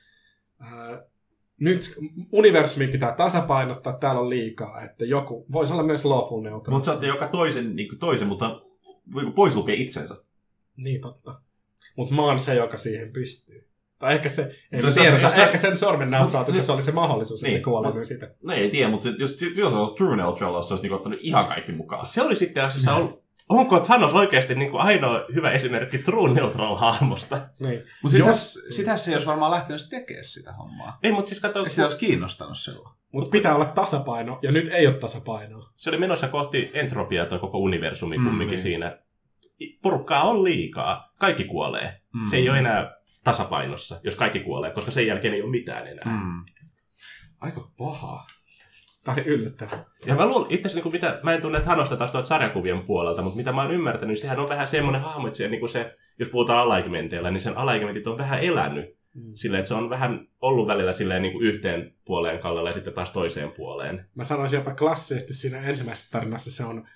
nyt universumi pitää tasapainottaa, täällä on liikaa, että joku voisi olla myös lawful neutral. Mutta saatte joka toisen, mutta pois lukee itsensä. Niin totta. Mutta mä oon se, joka siihen pystyy. Tai ehkä se, ei Jos tiedetä, se- ehkä sen sormen napsautuksessa oli se mahdollisuus, että se kuolee myös sitä. No ei tiedä, mutta jos silloin se olisi true neutral, jos se olisi niinku ottanut ihan kaikki mukaan. Se oli sitten asiassa ollut, onko Thanos oikeasti niin kuin ainoa hyvä esimerkki true neutral hahmosta? Niin. Mutta sitähän se ei olisi varmaan lähtenyt tekemään sitä hommaa. Ei, mutta siis kato, Ei se olisi kiinnostanut silloin. Mutta pitää olla tasapaino, ja nyt ei ole tasapainoa. se oli menossa kohti entropiaa tuo koko universumi kumminkin siinä. Porukkaa on liikaa, kaikki kuolee. Se ei ole enää tasapainossa, jos kaikki kuolee, koska sen jälkeen ei ole mitään enää. Aika paha. Tämä oli yllättävää. Ja mä luulen itse asiassa, niin mä en tunne Thanosta taas tuolta sarjakuvien puolelta, mutta mitä mä oon ymmärtänyt, niin sehän on vähän semmoinen hahmo, että se, jos puhutaan alaikimenteillä, niin sen alaikimentit on vähän elänyt. Silleen, että se on vähän ollut välillä silleen niin kuin yhteen puoleen kallella ja sitten taas toiseen puoleen. Mä sanoisin jopa klassisesti siinä ensimmäisessä tarinassa se on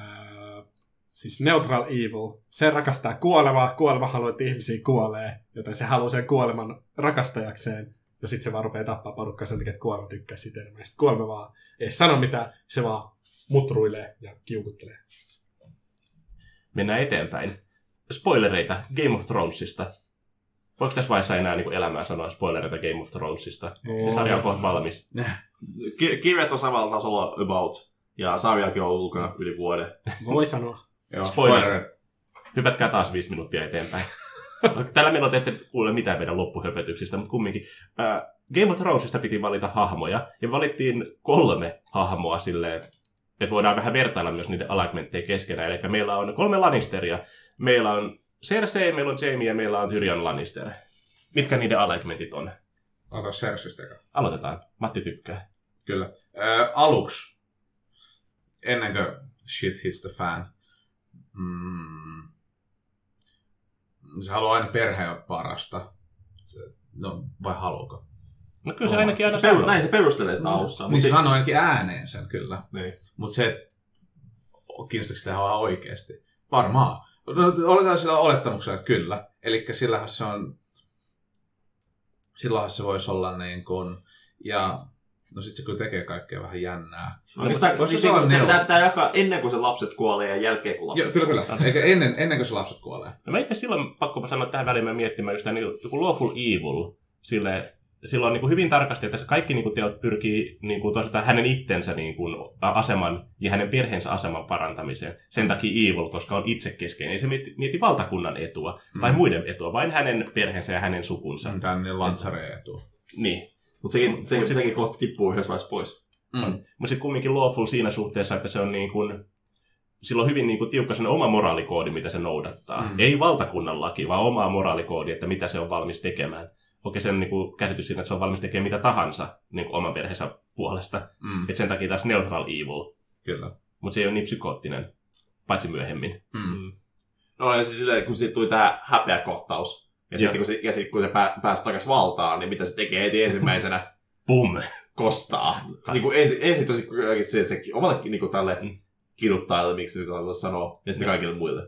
siis neutral evil. Se rakastaa kuolemaa, kuolema haluaa, että ihmisiä kuolee, joten se haluaa sen kuoleman rakastajakseen. Ja sitten se vaan rupeaa tappaa porukkaa sen takia, että kuolema tykkää siitä enemmän. Ja sitten kuolema vaan ei sano mitään, se vaan mutruilee ja kiukuttelee. Mennään eteenpäin. Spoilereita Game of Thronesista. Voiko tässä vaiheessa enää niin kuin elämää sanoa spoilereita Game of Thronesista? Se sarja on kohta valmis. Kirjat on samalla tasolla about, ja sarjakin on ulkona yli vuoden. Voi sanoa. Joo, Spoiler. Hypätkää taas 5 minuuttia eteenpäin. Tällä meillä ette kuule mitään meidän loppuhöpötyksistä, mutta kumminkin. Game of Thronesista piti valita hahmoja, ja valittiin 3 hahmoa silleen, että voidaan vähän vertailla myös niiden alagmentteja keskenään. Eli meillä on 3 Lannisteria, meillä on Cersei, meillä on Jaime ja meillä on Tyrion Lannister. Mitkä niiden alagmentit on? Aloitetaan Cerseiistä eka. Aloitetaan. Matti tykkää. Kyllä. Aluksi, ennen kuin shit hits the fan, se haluaa aina perheen parasta. Vai haluuko? No kyllä se ainakin aina Näin se perustelee sitä alussa. Niin se sanoo ainakin ääneen sen, kyllä. Niin. Mutta se, kiinnostaako sitä ihan oikeasti? Varmaan. No, oletaan sillä olettamuksella, että kyllä. Eli sillähän se voisi olla niin kuin, ja no sit se kyllä tekee kaikkea vähän jännää. Tämä jakaa ennen kuin se lapset kuolee ja jälkeen kuin lapset. Joo, kyllä. Eikä ennen kuin se lapset kuolee. No mä itse silloin, pakko sanoa tähän väliin, mä miettimään just tämän joku lawful evil, silloin niin kuin hyvin tarkasti, että kaikki niin kuin teot pyrkii niin kuin hänen itsensä niin kuin aseman ja hänen perheensä aseman parantamiseen. Sen takia evil, koska on itsekeskeinen. Ei se mieti valtakunnan etua tai muiden etua, vain hänen perheensä ja hänen sukunsa. Tämä on niin lantsareen etu. Niin. Mutta sekin kohta tippuu yhdessä vaiheessa pois. Mutta sitten kumminkin lawful siinä suhteessa, että se on niin kuin, sillä on hyvin niin kuin tiukka sellainen oma moraalikoodi, mitä se noudattaa. Ei valtakunnan laki, vaan omaa moraalikoodi, että mitä se on valmis tekemään. Okei, se on niin kuin käsitys siinä, että se on valmis tekemään mitä tahansa niin kuin oman perheensä puolesta. Että sen takia taas neutral evil. Kyllä. Mutta se ei ole niin psykoottinen, paitsi myöhemmin. No ja siis silleen, kun siitä tuli tämä häpeäkohtaus, ja sitten kun se pääsi takaisin valtaan, niin mitä se tekee heti ensimmäisenä? Pum! Kostaa. Niin kuin ensin tosi se omallekin niin tälle kiduttaa, miksi nyt haluaa sanoa, ja sitten kaikille muille.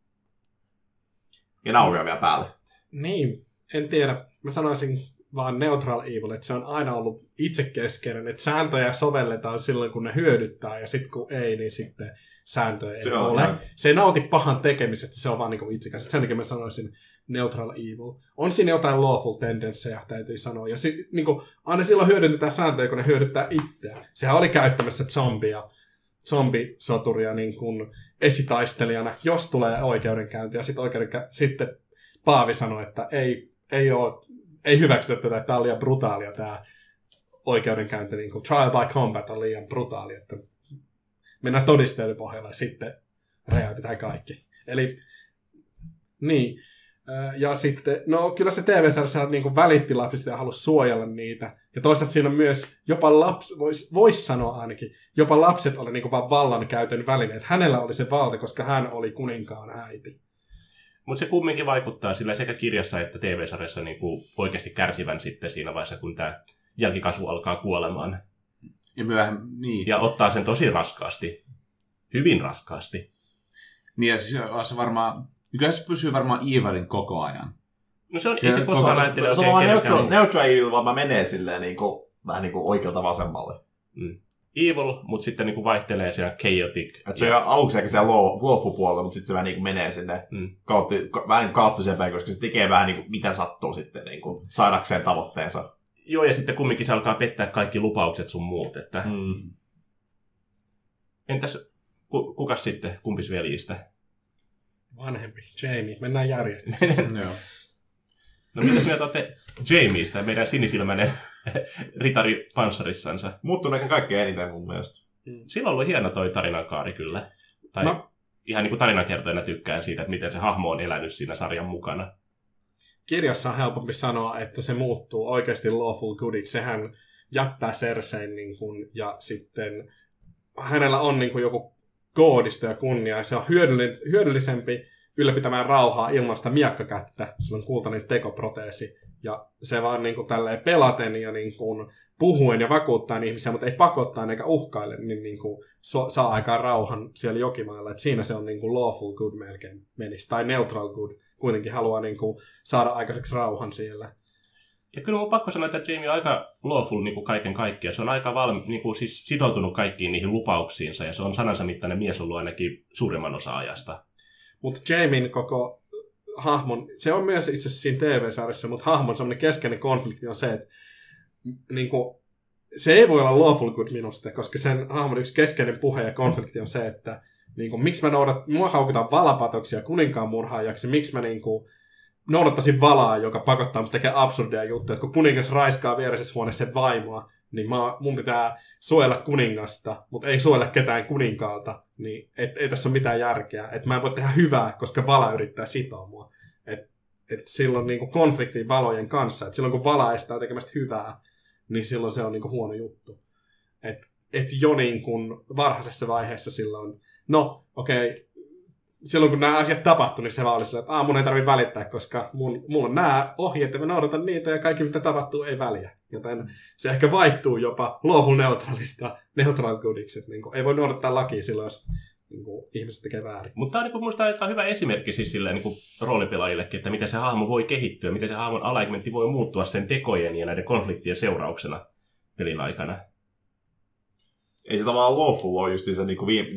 Ja nauraa vielä päälle. Niin, en tiedä. Mä sanoisin vaan neutral evil, että se on aina ollut itsekeskeinen, että sääntöjä sovelletaan silloin, kun ne hyödyttää, ja sitten kun ei, niin sitten sääntöjä ei ole. Se ei nauti pahan tekemisestä, se on vaan niin itsekäs. Sen takia mä sanoisin neutral evil. On siinä jotain lawful tendenssejä, täytyy sanoa. Ja niin kuin, aina silloin hyödynnetään sääntöjä, kun ne hyödyttää itseä. Sehän oli käyttämässä zombisoturia niin kuin esitaistelijana, jos tulee oikeudenkäynti. Ja sitten Paavi sanoi, että ei hyväksytä tätä, että tämä on liian brutaalia, tämä oikeudenkäynti. Niin kuin trial by combat on liian brutaali, että mennään todisteiden pohjalla ja sitten räjäytetään kaikki. Eli niin. Ja sitten, no kyllä se TV-sarjassa niin välitti lapsista ja halusi suojella niitä. Ja toisaalta siinä myös jopa voisi sanoa ainakin, jopa lapset oli niin vaan vallankäytön välineet. Hänellä oli se valta, koska hän oli kuninkaan äiti. Mutta se kumminkin vaikuttaa sillä sekä kirjassa että TV-sarjassa niin oikeasti kärsivän sitten siinä vaiheessa, kun tämä jälkikasvu alkaa kuolemaan. Ja myöhemmin, niin. Ja ottaa sen tosi raskaasti. Hyvin raskaasti. Niin ja siis on se varmaan, kyllä se pysyy varmaan evilin koko ajan. No se on, ei se koskaan ajattele oikein kenenkään. Neutral evil vaan menee silleen vähän niin kuin oikealta vasemmalle. Evil, mutta sitten niin kuin vaihtelee siellä chaotic. Että se on aluksi ehkä siellä lawful-puolella, mutta sitten se vähän niin kuin menee sinne vähän kaoottiseen päin, koska se tekee vähän niin kuin mitä sattuu sitten niin kuin saadakseen tavoitteensa. Joo, ja sitten kumminkin se alkaa pettää kaikki lupaukset sun muut. Että... Entäs kukas sitten, kumpis veljistä? Vanhempi, Jamie. Mennään järjestyksessä. No mitäs mieltä olette Jamiestä, meidän sinisilmäinen ritari panssarissansa? Muuttuu ehkä kaikkein eniten mun mielestä. Sillä on ollut hieno toi tarinankaari kyllä. Tai ihan niin kuin tarinankertojana tykkään siitä, että miten se hahmo on elänyt siinä sarjan mukana. Kirjassa on helpompi sanoa, että se muuttuu oikeasti lawful goodiksi. Sehän jättää Cersein niin kuin, ja sitten hänellä on niin kuin joku koodisto ja kunnia, ja se on hyödyllisempi ylläpitämään rauhaa ilman sitä miekkakättä. Sillä on kultainen tekoproteesi. Ja se vaan niin kuin tälleen pelaten ja niin kuin puhuen ja vakuuttaen ihmisiä, mutta ei pakottaa eikä uhkaile, niin kuin saa aikaan rauhan siellä jokimailla. Et siinä se on niin kuin lawful good melkein menisi. Tai neutral good. Kuitenkin haluaa niin kuin saada aikaiseksi rauhan siellä. Ja kyllä mun pakko sanoa, että Jamie on aika lawful niin kuin kaiken kaikkiaan. Se on aika niin kuin siis sitoutunut kaikkiin niihin lupauksiinsa, ja se on sanansa mittainen mies ollut ainakin suurimman osa ajasta. Mutta Jamien koko hahmon, se on myös itse asiassa siinä TV-sarjassa, mutta hahmon semmoinen keskeinen konflikti on se, että niin kuin, se ei voi olla lawful good minusta, koska sen hahmon yksi keskeinen puhe ja konflikti on se, että niin kuin, miksi mua haukutaan valapatoksia kuninkaan murhaajaksi, miksi mä niin kuin, noudattaisin valaa, joka pakottaa mut tekemään absurdeja juttuja, että kun kuningas raiskaa vieressä huoneessa sen vaimoa, niin mun pitää suojella kuningasta, mutta ei suojella ketään kuninkaalta, niin ei tässä ole mitään järkeä. Että mä en voi tehdä hyvää, koska vala yrittää sitoa mua. Et silloin niinku konfliktiin valojen kanssa, että silloin kun vala estää tekemästä hyvää, niin silloin se on niinku huono juttu. Et jo niin kuin varhaisessa vaiheessa silloin, no okei, silloin kun nämä asiat tapahtui, niin se vaan oli sillä, että mun ei tarvitse välittää, koska mulla on nämä ohjeet ja mä noudatan niitä ja kaikki mitä tapahtuu ei väliä. Joten se ehkä vaihtuu jopa lawful neutralista neutral goodiksi. Niin ei voi noudattaa lakia silloin, jos niin ihmiset tekee väärin. Mutta tämä on niin minusta aika hyvä esimerkki siis silleen, niin roolipelaajillekin, että miten se hahmo voi kehittyä, miten se hahmon alignmentti voi muuttua sen tekojen ja näiden konfliktien seurauksena pelin aikana. Ei se tavallaan lawful ole just se,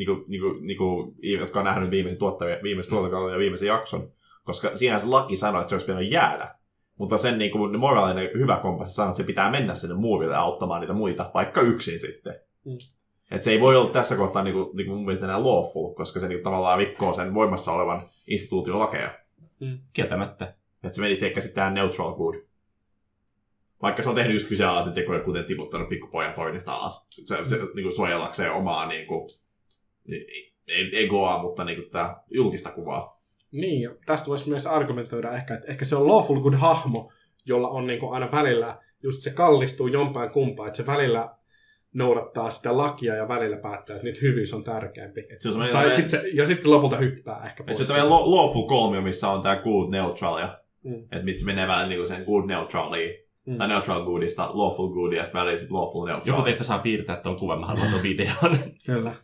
jotka on nähnyt viimeisen tuotantokauden ja viimeisen jakson, koska siinä se laki sanoi, että se olisi pitänyt jäädä. Mutta sen niin moraalinen hyvä kompassi sanoo, että se pitää mennä sinne muurille auttamaan niitä muita, vaikka yksin sitten. Että se ei voi olla tässä kohtaa niin kuin mun mielestä enää lawful, koska se niin tavallaan rikkoo sen voimassa olevan instituution lakeja. Kieltämättä. Että se menisi ehkä sitten neutral good. Vaikka se on tehnyt just kyseenalaisen tekoja, kuten tiputtanut pikkupojan toinista alas. Se niin kuin suojellakseen omaa niin kuin, egoa, mutta niin kuin tämä julkista kuvaa. Niin, ja tästä voisi myös argumentoida ehkä, että ehkä se on lawful good hahmo, jolla on niin kuin aina välillä, just se kallistuu jompaan kumpaan, että se välillä noudattaa sitä lakia ja välillä päättää, että nyt hyvyys on tärkeämpi. Ja sitten lopulta hyppää ehkä pois. Se on tämmöinen lawful kolmio, missä on tämä good neutral, että missä menee vähän niin kuin sen good neutraliin. Tai neutral goodista, lawful goodia, ja sitten välillä sitten lawful neutral. Joku teistä saa piirtää tuon kuvan, mä haluan tuon videon. Kyllä.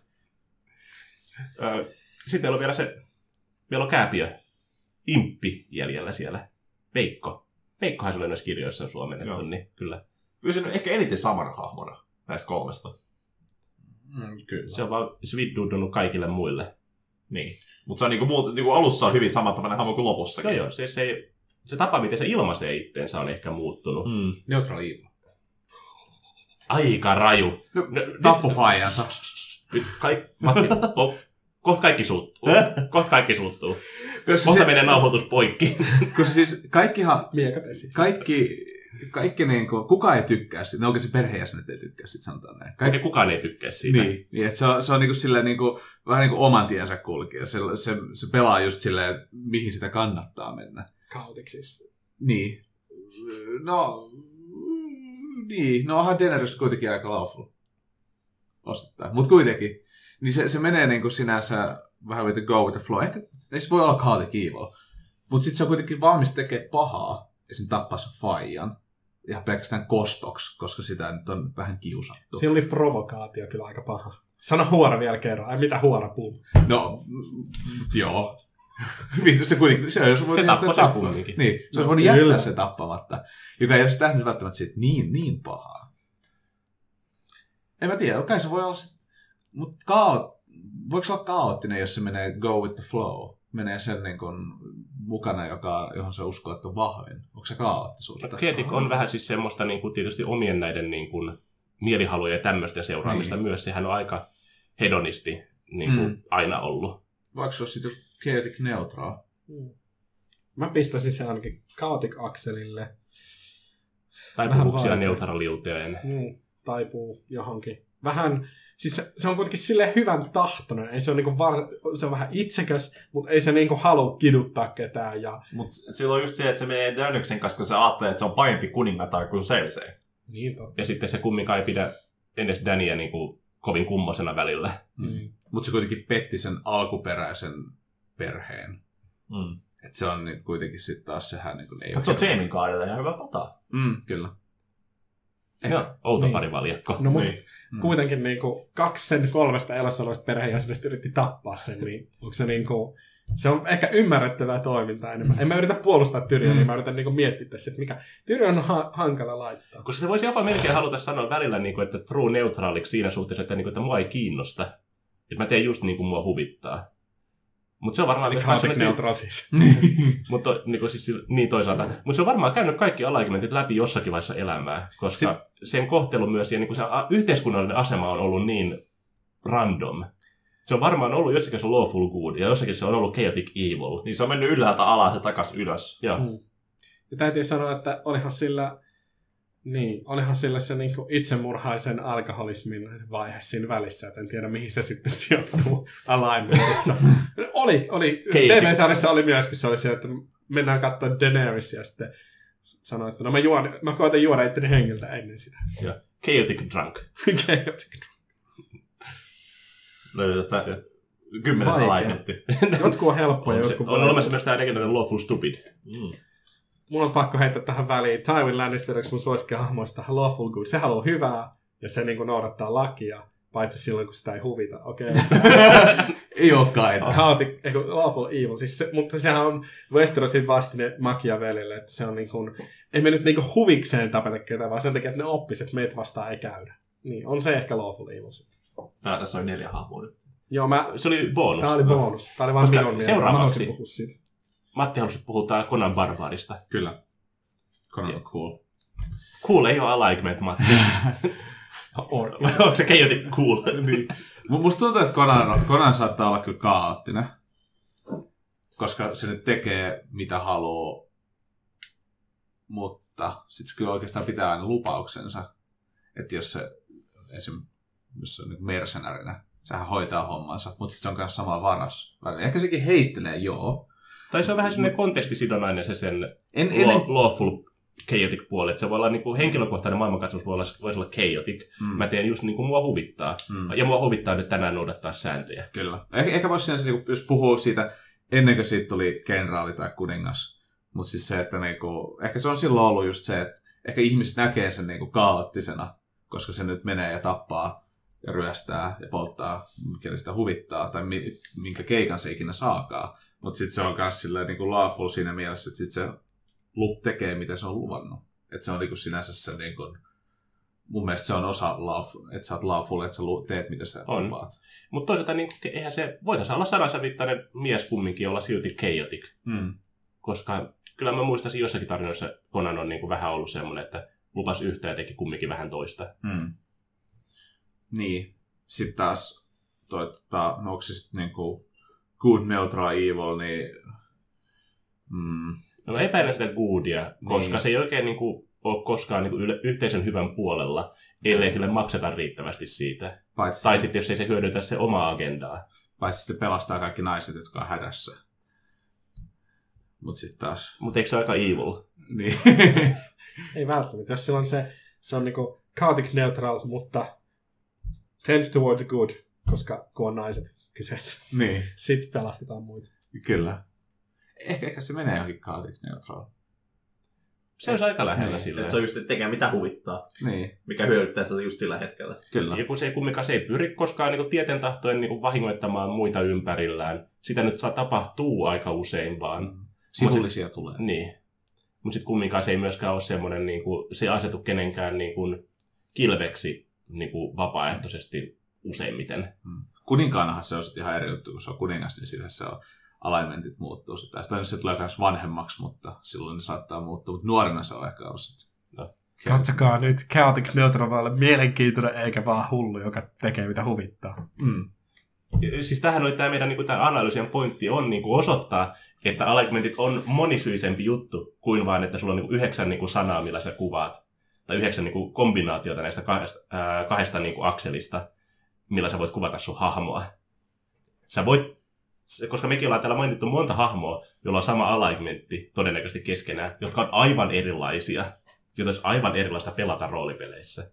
Sitten meillä on vielä meillä on kääpiö, Imppi jäljellä siellä. Veikko. Veikkohan se oli noissa kirjoissa suomennettu, niin kyllä. Kyllä se on ehkä eniten samana hahmona näistä kolmesta. Kyllä. Se on vaan svidduudunut kaikille muille. Niin. Mutta se on niinku alussa on hyvin samantapainen hahmo kuin lopussakin. Joo, se tapa, miten se ilmaisee itteensä, on ehkä muuttunut. Neutral evil. Aika raju. Tappofaijansa. Nyt kohta kaikki suuttuu. Kohta kaikki suuttuu. Kohta menee nauhoitus poikki. Koska siis kaikkihan... Miekat esiin. Kaikki niinku... Kukaan ei tykkää siitä. No oikein se perheenjäsenet ei tykkää siitä, sanotaan näin. Kukaan ei tykkää siitä. Niin että se on niinku silleen niinku... Vähän niinku oman tiensä kulkija. Se pelaa just silleen, mihin sitä kannattaa mennä. Kaotiksi siis. Niin. No onhan Daenerys kuitenkin aika lawful. Osittain. Mut kuitenkin. Niin se menee niinku sinänsä vähän with the go with the flow. Ehkä ei se voi olla chaotic evil. Mut sit se on kuitenkin valmis tekee pahaa. Esim. Tappaa sen faijan. Ihan pelkästään kostoksi, koska sitä nyt on vähän kiusattu. Siinä oli provokaatio kyllä aika paha. Sano huora vielä kerran. Ai mitä huora puhuu? No, joo. Se kuitenkin, se tappoi sen kumminkin. Niin, se olisi voinut jättää se tappamatta, joka ei olisi tähnyt välttämättä siitä niin pahaa. En mä tiedä, kai se voi olla se, mutta voiko se olla kaoottinen, jos se menee go with the flow? Menee sen niin kuin mukana, johon se uskoo, että on vahvin. Onko se kaoottisuutta? No, Keetik on vähän siis semmoista niin kuin, tietysti omien näiden niin kuin, mielihaluja ja tämmöisten seuraamista myös. Sehän on aika hedonisti niin kuin, aina ollut. Voiko se olla sitten chaotic neutral? Mä pistäisin se ainakin chaotic akselille. Tai puhuksia neutraaliuteen. Taipuu johonkin. Vähän, siis se on kuitenkin silleen hyvän tahtoinen. Ei se, on niinku se on vähän itsekäs, mutta ei se niinku halua kiduttaa ketään. Mutta silloin on just se, että se menee Daeneryksen kanssa, kun se ajattelee, että se on pahempi kuningatar kuin Cersei. Niin totta. Ja sitten se kumminkaan ei pidä edes Dania niinku kovin kummosena välillä. Mutta se kuitenkin petti sen alkuperäisen perheen. Että se on kuitenkin sitten taas sehän... Niin mutta se on Jaimin kaadella ja hyvä pata. Kyllä. Joo, outo parivaljakko. No mutta kuitenkin niinku 2 sen 3 elossa olevasta perheenjäsenestä yritti tappaa sen, niin onko se niinku... Se on ehkä ymmärrettävää toimintaa enemmän. En mä yritä puolustaa Tyrionia, niin mä yritän niinku miettiä tässä, että mikä Tyrion on hankala laittaa. Koska se voisi jopa melkein haluta sanoa välillä, niinku, että true neutraaliksi siinä suhteessa, että, niinku, että mua ei kiinnosta. Että mä teen just niin kuin mua huvittaa. Mutta se on varmaan... Chaotic neutral siis. Mutta siis, niin toisaalta. Mutta se on varmaan käynyt kaikki alaikimentit läpi jossakin vaiheessa elämää, koska sen kohtelu myös ja niin se yhteiskunnallinen asema on ollut niin random. Se on varmaan ollut jossakin se on lawful good ja jossakin se on ollut chaotic evil. Niin se on mennyt ylhäältä alas ja takas ylös. Joo. Ja täytyy sanoa, että olihan sillä se niinku itsemurhaisen alkoholismin vaihe siinä välissä, et en tiedä mihin se sitten sijoittuu alignmentissa. oli. TV-sarjassa oli myös, kun se oli siellä, että mennään katsomaan Daenerys ja sitten sanoi, että no mä koitan juoda itteni hengiltä ennen sitä. Joo. Chaotic drunk. Chaotic drunk. Löydetään se 10 alignmentti. Jotkut on helppoja. On olemassa myös tämä legendainen lawful stupid. Mun on pakko heittää tähän väliin. Tywin Lannister yksi mun suosikkihahmoista lawful good. Se haluaa hyvää ja se niinku noudattaa lakia, paitsi silloin kun sitä ei huvita. Okei. Ei olekaan. Lawful evil. Siis mutta sehän on Westerosin vastine Machiavellille, että se on niinku, ei me nyt niinku huvikseen tapeta ketään, vaan sen takia, että ne oppis, että meitä vastaan ei käydä. Niin, on se ehkä lawful evil sitten. Tässä on 4 hahmoa nyt. Joo, se oli bonus. Tää oli bonus. Tää oli vaan minun mielestä. Seuraavaksi Matti halusi puhua Conan Barbarista. Kyllä. Conan on cool. Cool ei ole alignment, Matti. Onko se chaotic cool? Niin. Musta tuntuu, että Conan saattaa olla kyllä kaoottinen. Koska se nyt tekee mitä haluaa. mutta sitten se kyllä oikeastaan pitää aina lupauksensa. Että jos se jos se on niin mercenärinä, sehän hoitaa hommansa, mutta sitten se on myös sama varas. Ehkä sekin heittelee, joo. Tai se on vähän sellainen kontekstisidonnainen se sen lawful chaotic puoli. Että se voi olla niin kuin henkilökohtainen maailmankatsomus voisi olla chaotic. Mä teen just niin kuin mua huvittaa. Ja mua huvittaa nyt tänään noudattaa sääntöjä. Kyllä. Ehkä voisi sinänsä, jos puhuu siitä, ennen kuin siitä tuli kenraali tai kuningas. Mutta siis se, että niinku, ehkä se on silloin ollut just se, että ehkä ihmiset näkee sen niinku kaoottisena, koska se nyt menee ja tappaa ja ryöstää ja polttaa, mikä sitä huvittaa, tai minkä keikan se ikinä saakaan. Mutta sitten se on myös niinku lawful siinä mielessä, että sit se tekee, mitä se on luvannut. Että se on niinku sinänsä se, niinku, mun mielestä se on osa lawful, että sä oot lawful, että sä teet, mitä sä lupaat. Mutta toisaalta niinku, eihän se, voitaisiin olla sanansa mittainen mies kumminkin olla silti chaotic. Koska kyllä mä muistaisin jossakin tarinoissa Conan on niinku vähän ollut semmoinen, että lupas yhtä ja teki kumminkin vähän toista. Niin. Sitten taas, no onko se sitten niinku good, neutral, evil, niin... No mä epäilen sitä goodia, koska se ei oikein niinku ole koskaan niinku yhteisön hyvän puolella, ellei sille makseta riittävästi siitä. Tai sitten jos ei se hyödytä se omaa agendaa. Paitsi sitten pelastaa kaikki naiset, jotka on hädässä. Mutta sitten taas... Mutta eikö se ole aika evil? Niin. Ei välttämättä. Jos silloin se on niinku chaotic neutral, mutta tends towards good, koska kun on naiset kyseessä. Niin. Sitten pelastetaan muita. Kyllä. Ehkä se menee johonkin chaotic neutral. Se olisi aika lähellä niin, silleen. että se on just, että tekee mitä huvittaa. Niin. Mikä hyödyttää sitä just sillä hetkellä. Kyllä. Ja kun se ei kumminkaan se ei pyri koskaan niin tieten tahtoen niin vahingoittamaan muita ympärillään. Sitä nyt tapahtuu aika usein vaan. Sivullisia tulee. Niin. Mutta sitten kumminkaan se ei myöskään ole semmoinen, niin se ei asetu kenenkään niin kuin kilveksi niin kuin vapaaehtoisesti useimmiten. Kuninkaanahan se on sitten ihan eri juttu, kun se on kuningas, niin siitä se on alignmentit muuttuu sitä. Tai se tulee myös vanhemmaksi, mutta silloin ne saattaa muuttua. Mutta nuorena se on ehkä ollut sitten. No. Katsokaa nyt, chaotic neutral voi olla mielenkiintoinen eikä vaan hullu, joka tekee mitä huvittaa. Siis tämähän oli tämä meidän niin tämä analyysian pointti on niin osoittaa, että alignmentit on monisyisempi juttu kuin vaan, että sulla on niin 9 niin sanaa, millä sä kuvaat. Tai 9 niin kombinaatiota näistä kahdesta niin akselista, millä sä voit kuvata sun hahmoa. Sä voit, koska mekin ollaan täällä mainittu monta hahmoa, jolla on sama alignmentti todennäköisesti keskenään, jotka on aivan erilaisia, joita olisi aivan erilaista pelata roolipeleissä.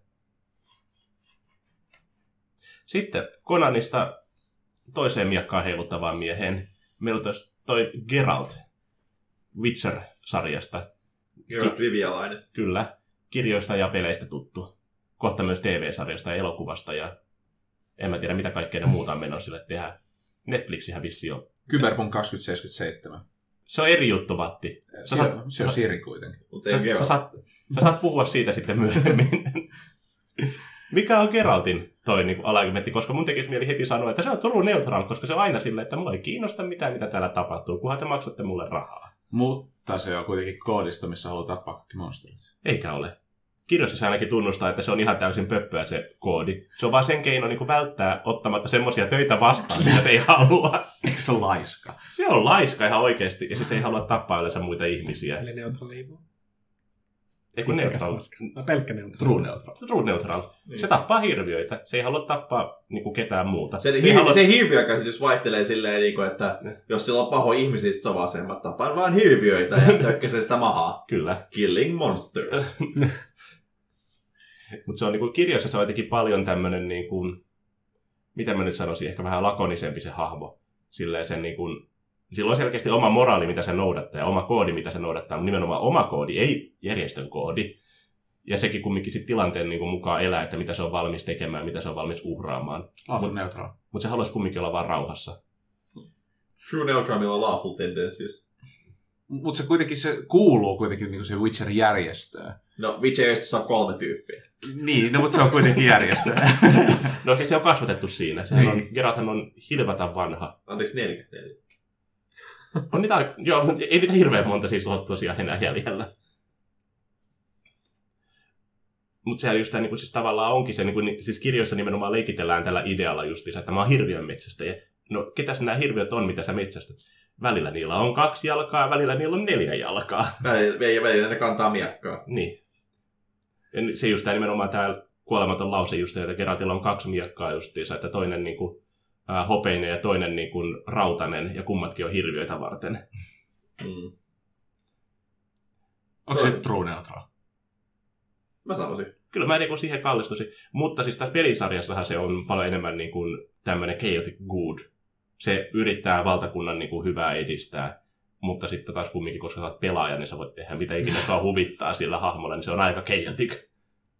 Sitten Conanista toiseen miekkaan heiluttavaan mieheen. Meillä on toi Geralt Witcher-sarjasta. Geralt Rivialainen. Kyllä. Kirjoista ja peleistä tuttu. Kohta myös TV-sarjasta ja elokuvasta ja en mä tiedä mitä kaikkea ne muuta on menossa sille tehdä. Netflixihän vissi on. Cyberpunk 2077. Se on eri juttu, Matti. Se on Siri kuitenkin. Sä saat puhua siitä sitten myöhemmin. Mikä on Geraltin toi niin alignmentti, koska mun tekisi mieli heti sanoa, että se on true neutral, koska se on aina silleen, että mulla ei kiinnosta mitään, mitä täällä tapahtuu, kunhan te maksatte mulle rahaa. Mutta se on kuitenkin koodisto, missä haluaa tappaa kaikki monsterit. Eikä ole. Kirjoissa se ainakin tunnustaa, että se on ihan täysin pöppöä se koodi. Se on vaan sen keino niin kuin välttää ottamatta semmoisia töitä vastaan, mitä se ei halua. Eikö se ole laiska? Se on laiska ihan oikeasti, ja siis ei halua tappaa yleensä muita ihmisiä. Eli neutraaliivu. Eiku neutral. Pelkkä neutral. True neutral. True neutral. Niin. Se tappaa hirviöitä. Se ei halua tappaa niinku ketään muuta. Se hirviökäsitys vaihtelee silleen, että jos sillä on paho ihmisiä, se on vaan sen, että tapaan vaan hirviöitä ja tökkäsee sitä mahaa. Kyllä. Killing monsters. Mutta se on niinku kirjoissa se on jotenkin paljon tämmönen niinku, mitä mä nyt sanoisin, ehkä vähän lakonisempi se hahmo. Silleen sen niinku, sillä on selkeästi oma moraali, mitä se noudattaa, ja oma koodi, mitä se noudattaa, mutta nimenomaan oma koodi, ei järjestön koodi. Ja sekin kumminkin sit tilanteen niin kuin mukaan elää, että mitä se on valmis tekemään, mitä se on valmis uhraamaan. Lawful neutral. Mutta se haluaisi kumminkin olla vaan rauhassa. True neutralilla on lawful tendencies. Mutta se kuitenkin se kuuluu kuitenkin niin se Witcher-järjestöön. No, Witcher-järjestössä on 3 tyyppiä. Niin, no, mutta se on kuitenkin järjestö. No se on kasvatettu siinä. Niin. Geralthan on hilvatan vanha. Anteeksi, 4. On niitä, joo, mutta ei niitä hirveän monta siis ole tosiaan enää jäljellä. Mutta sehän just tämä, niin siis tavallaan onkin se, niin siis kirjoissa nimenomaan leikitellään tällä idealla justiinsa, että mä oon hirviön metsästäjä. No, ketäs nämä hirviöt on, mitä sä metsästät? Välillä niillä on 2 jalkaa, välillä niillä on 4 jalkaa. Välillä ne kantaa miekkaa. Niin. Ja se just nimenomaan tämä kuolematon lause just, että Geraltilla on 2 miekkaa justiinsa, että toinen niinku hopeinen ja toinen niinku rautainen, ja kummatkin on hirviöitä varten. Onko se true neutral? Mä sanoisin. Kyllä mä niinku siihen kallistuisin. Mutta siis tässä pelisarjassahan se on paljon enemmän niinku tämmöinen chaotic good. Se yrittää valtakunnan niinku hyvää edistää. Mutta sitten taas kumminkin, koska sä oot pelaaja, niin sä voit tehdä mitä ikinä sua huvittaa sillä hahmolla, niin se on aika chaotic.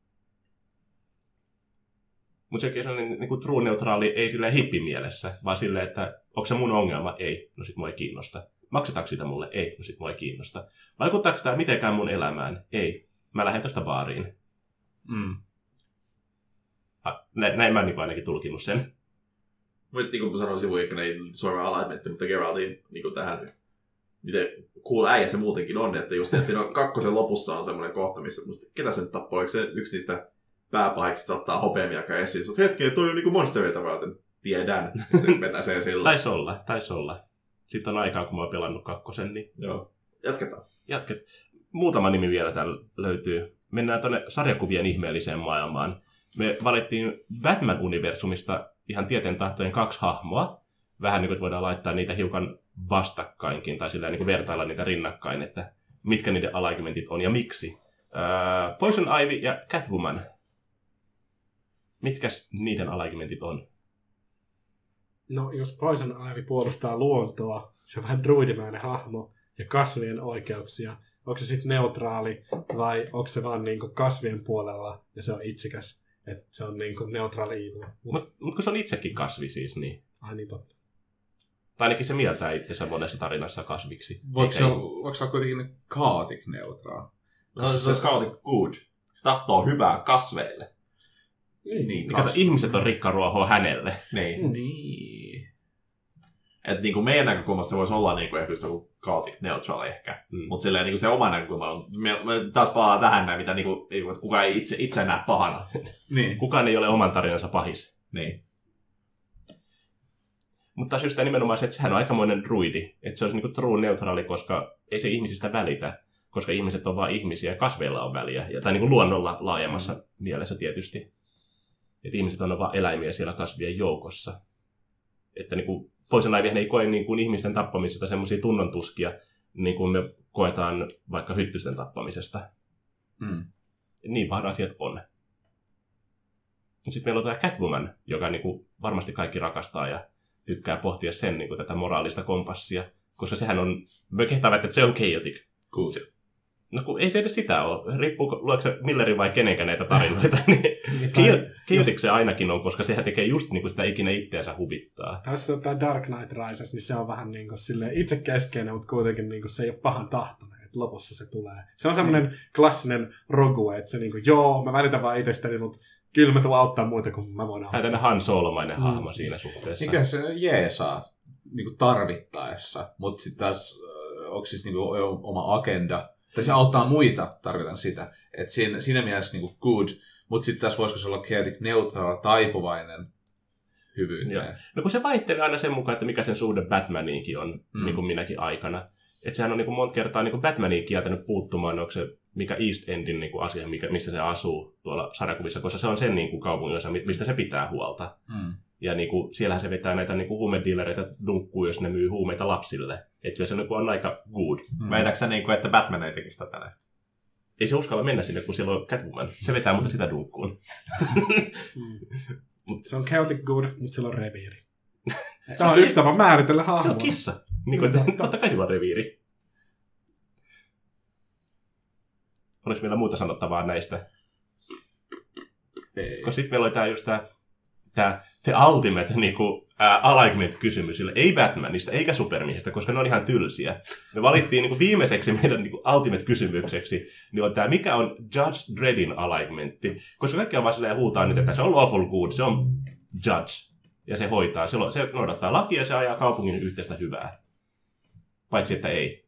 Mutta sekin on niinku true neutraali, ei silleen hippimielessä, vaan silleen, että onko se mun ongelma? Ei. No sit mua ei kiinnosta. Maksetaanko sitä mulle? Ei. No sit mua ei kiinnosta. Vaikuttaako tämä mitenkään mun elämään? Ei. Mä lähden tosta baariin. Näin mä niinku ainakin tulkinnut sen. Mielestäni niin kuin sanoin sivuikkana, ei suoraan alaimetti, mutta Geraltin niin tähän, miten cool äijä se muutenkin on, että just että siinä on 2 lopussa on semmoinen kohta, missä musta, ketä sen tappoi, eikö se yksi niistä pääpahiksista ottaa hopeamiakaan esiin, sä oot hetkinen, toi on niinku monstereita varten, tiedän, se vetäsee sillä. Taisi olla. Sitten on aikaa, kun mä oon pelannut 2, niin... Joo, jatketaan. Muutama nimi vielä täällä löytyy. Mennään tonne sarjakuvien ihmeelliseen maailmaan. Me valittiin Batman-universumista ihan tieten tahtojen 2 hahmoa. Vähän niin kuin voidaan laittaa niitä hiukan vastakkainkin, tai sillä niin kuin vertailla niitä rinnakkain, että mitkä niiden alaikämentit on ja miksi. Poison Ivy ja Catwoman. Mitkäs niiden alaikämentit on? No, jos Poison Ivy puolustaa luontoa, se on vähän druidimäinen hahmo ja kasvien oikeuksia. Onko se sitten neutraali vai onko se vaan niinku kasvien puolella ja se on itsikäs? Että se on niinku neutraali evil. Mutta kun se on itsekin kasvi siis, niin... Ai niin totta. Tai ainakin se mieltää itsensä monessa tarinassa kasviksi. Voiko se olla kuitenkin chaotic neutral? No se on chaotic good. Se tahtoo hyvää kasveille. Niin, kato, ihmiset on rikkaruohoa hänelle. Niin. Että niinku meidän näkökulmassa se voisi olla niinku ehkä just joku chaotic neutral ehkä. Mutta silleen niinku se oma näkökulma on, me taas palaan tähän näin, mitä niinku, että kukaan ei itse näe pahana. Niin. Kukaan ei ole oman tarinansa pahis. Niin. Mutta taas just tämä nimenomaan se, että sehän on aikamoinen druidi. Että se olisi niinku true neutraali, koska ei se ihmisistä välitä. Koska ihmiset on vain ihmisiä ja kasveilla on väliä. Tai niinku luonnolla laajemmassa mielessä tietysti. Että ihmiset on vain eläimiä siellä kasvien joukossa. Että niinku Poison Ivyhän ei koe niin kuin ihmisten tappamisesta semmoisia tunnontuskia, niin kuin me koetaan vaikka hyttysten tappamisesta. Niin vaan asiat on. Sitten meillä on tämä Catwoman, joka niin kuin varmasti kaikki rakastaa ja tykkää pohtia sen niin kuin tätä moraalista kompassia, koska sehän on, me kehtaa väittää, että se on chaotic. Cool. No kun ei se edes sitä ole. Riippuu, lueeko se Millerin vai kenenkään näitä tarinoita, niin chaotic se ainakin on, koska sehän tekee just niin kuin sitä ikinä itseänsä huvittaa. Tässä on tämä Dark Knight Rises, niin se on vähän niin kuin silleen itsekeskeinen, mutta kuitenkin niin kuin se ei ole pahan tahtoinen, että lopussa se tulee. Se on semmoinen klassinen rogue, että se niin kuin, joo, mä välitän vaan itsestäni, mutta kyllä mä tuun auttaa muita, kun mä voin auttaa. Tällainen Han Solomainen hahmo siinä suhteessa. Niinköhän se jeesaa niin tarvittaessa, mutta sitten taas onko siis niin kuin oma agenda, tai se auttaa muita, tarkoitan sitä. Että siinä mielessä niin kuin good, mutta sitten taas voisiko se olla chaotic neutral, taipuvainen hyvyyteen. No kun se vaihtelee aina sen mukaan, että mikä sen suhde Batmaniinkin on, niin kuin minäkin aikana. Että sehän on niin kuin monta kertaa niin kuin Batmaniin kieltänyt puuttumaan, onko se mikä East Endin niin kuin asia, missä se asuu tuolla sarjakuvissa, koska se on sen niin kuin kaupunginosa, mistä se pitää huolta. Ja niin kuin, siellähän se vetää näitä niin kuin huumedealereita dunkkuun, jos ne myy huumeita lapsille. Että kyllä se niin kuin on aika good. Väitätkö sä, niin kuin, että Batman ei tekisi tätä näin? Ei se uskalla mennä sinne, kun siellä on Catwoman. Se vetää mutta sitä dunkkuun. Se on chaotic good, mutta sillä on reviiri. Tämä on yksi tapa määritellä hahmoa. Se on kissa. Niin kuin, että totta kai sillä on reviiri. Oliko meillä muuta sanottavaa näistä? Koska sitten meillä oli tää just tää The Ultimate niinku, alignment-kysymys sille. Ei Batmanista, eikä Supermiehestä, koska ne on ihan tylsiä. Me valittiin niinku viimeiseksi meidän niinku Ultimate-kysymykseksi, niin on tää, mikä on Judge Dreddin alignmentti. Koska kaikki on vaan silleen huutaa nyt, että se on lawful good, se on judge. Ja se hoitaa, se noudattaa lakia ja se ajaa kaupungin yhteistä hyvää. Paitsi, että ei.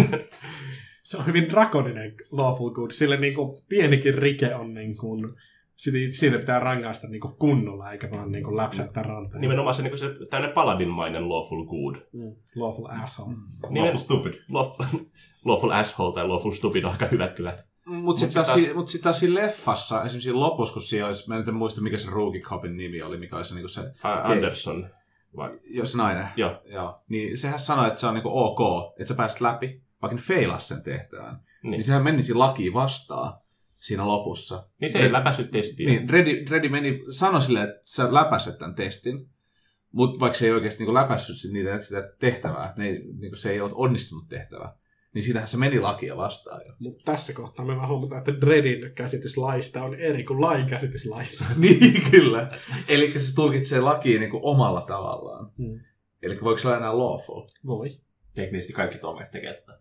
Se on hyvin drakoninen lawful good, sillä niin kuin pienikin rike on niin kuin, Siitä pitää rangaista niinku kunnolla, eikä vaan niinku läpsäyttää ranteen. Nimenomaan se, niin se tämmöinen paladinmainen lawful good. Lawful asshole. Lawful stupid. Lawful asshole tai lawful stupid on aika hyvät kyllä. Mutta sitten taas siinä leffassa, esimerkiksi siinä lopussa, kun siellä olisi, mä en muista mikä se Rookie Copin nimi oli, mikä olisi niinku se... Anderson. Vai? Se nainen. Joo. Niin sehän sanoi, että se on niinku ok, että sä pääsit läpi, vaikka ne feilas sen tehtävän. Niin sehän meni siinä lakiin vastaan siinä lopussa. Niin se ei läpässyt testiä. Niin, Dreddy sanoi silleen, että sä läpäiset tämän testin, mutta vaikka se ei oikeasti niinku läpässyt sitä tehtävää, se ei ole onnistunut tehtävä. Niin siinähän se meni lakia vastaan jo. Mutta tässä kohtaa me vaan huomataan, että Dreddin käsitys laista on eri kuin lain käsitys laista. Niin, kyllä. Eli se tulkitsee lakia niinku omalla tavallaan. Eli voiko se olla enää lawful? Voi. Teknisesti kaikki tuomarit tekee tätä.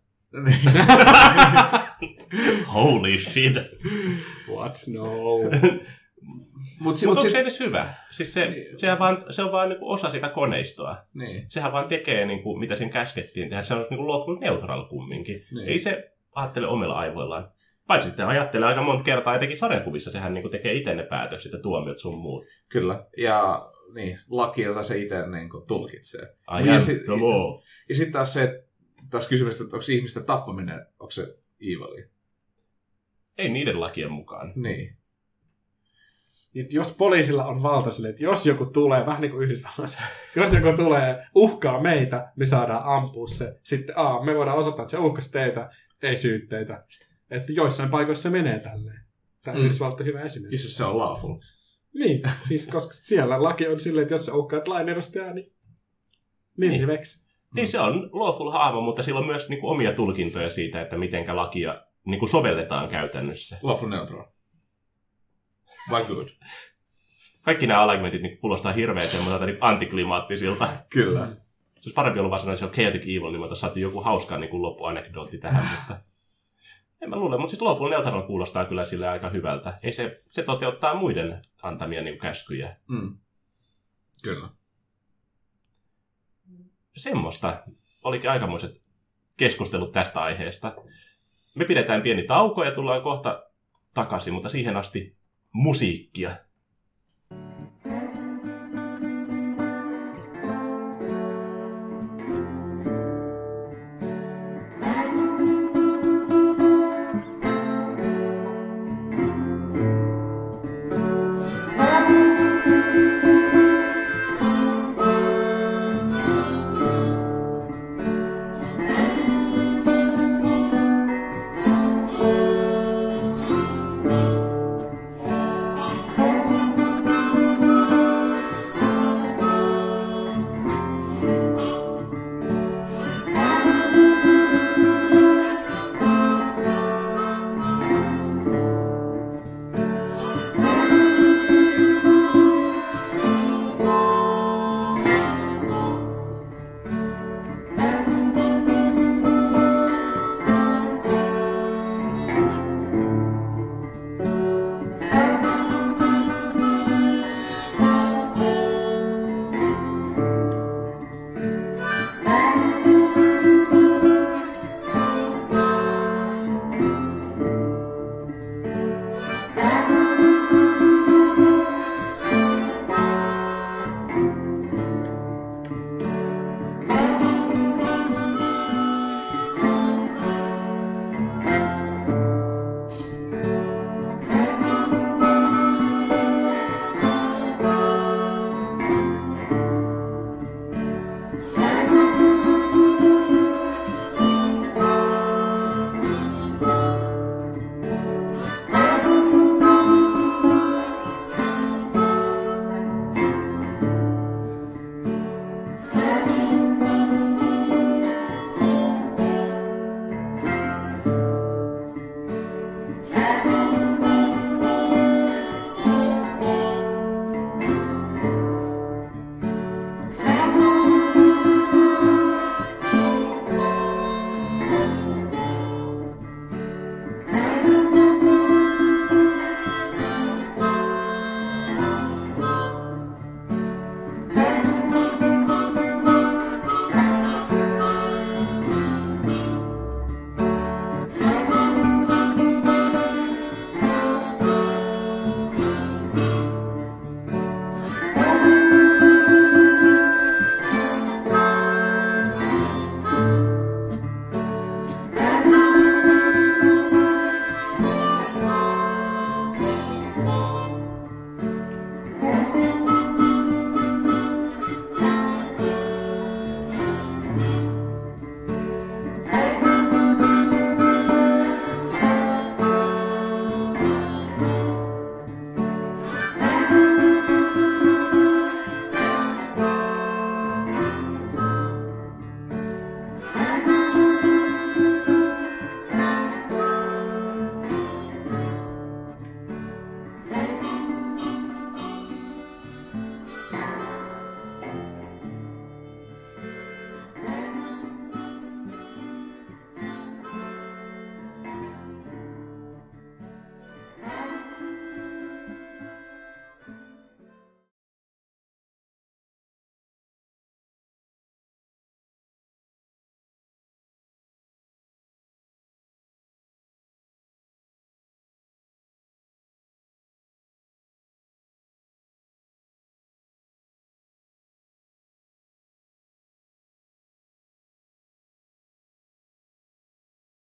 Holy shit. What? No. Mutta onko se edes hyvä? Siis se on vaan niinku osa sitä koneistoa. Niin. Sehän vaan tekee, niinku, mitä sen käskettiin tehdä. Se on niinku lawful neutral kumminkin. Niin. Ei se ajattele omilla aivoillaan. Paitsi sitten ajattelee aika monta kertaa, etenkin sarjakuvissa. Sehän niinku tekee itse ne päätökset ja tuomiot sun muut. Kyllä. Ja niin, laki, jota se itse niinku tulkitsee. Ja sitten taas se, taas kysymys, että onko ihmisten tappaminen, onko se evilia? Ei niiden lakien mukaan. Niin. Että jos poliisilla on valta sille, että jos joku tulee, vähän niin kuin Yhdysvalloissa, jos joku tulee uhkaa meitä, me saadaan ampua se. Sitten me voidaan osoittaa, että se uhkasi teitä, ei syytteitä. Että joissain paikoissa se menee tälleen. Tämä Yhdysvallat on hyvä esimerkki. Jos se on lawful. Niin, siis koska siellä laki on silleen, että jos sä uhkaat lain edustajaa, niin veksi. Niin se on lawful hahmo, mutta sillä on myös niinku omia tulkintoja siitä, että mitenkä lakia niinku sovelletaan käytännössä. Lawful neutral. Vai good? Kaikki nämä argumentit niin kuulostaa hirveän semmoiselta niin antiklimaattisilta. Kyllä. Se olisi parempi ollut vaan sanoa, että se on chaotic evil, niin me saatiin joku hauska niin loppuanekdootti tähän, mutta en mä luule. Mutta siis lawful neutral kuulostaa kyllä sille aika hyvältä. Ei se toteuttaa muiden antamia niin käskyjä. Kyllä. Semmoista olikin aikamoiset keskustelut tästä aiheesta. Me pidetään pieni tauko ja tullaan kohta takaisin, mutta siihen asti musiikkia.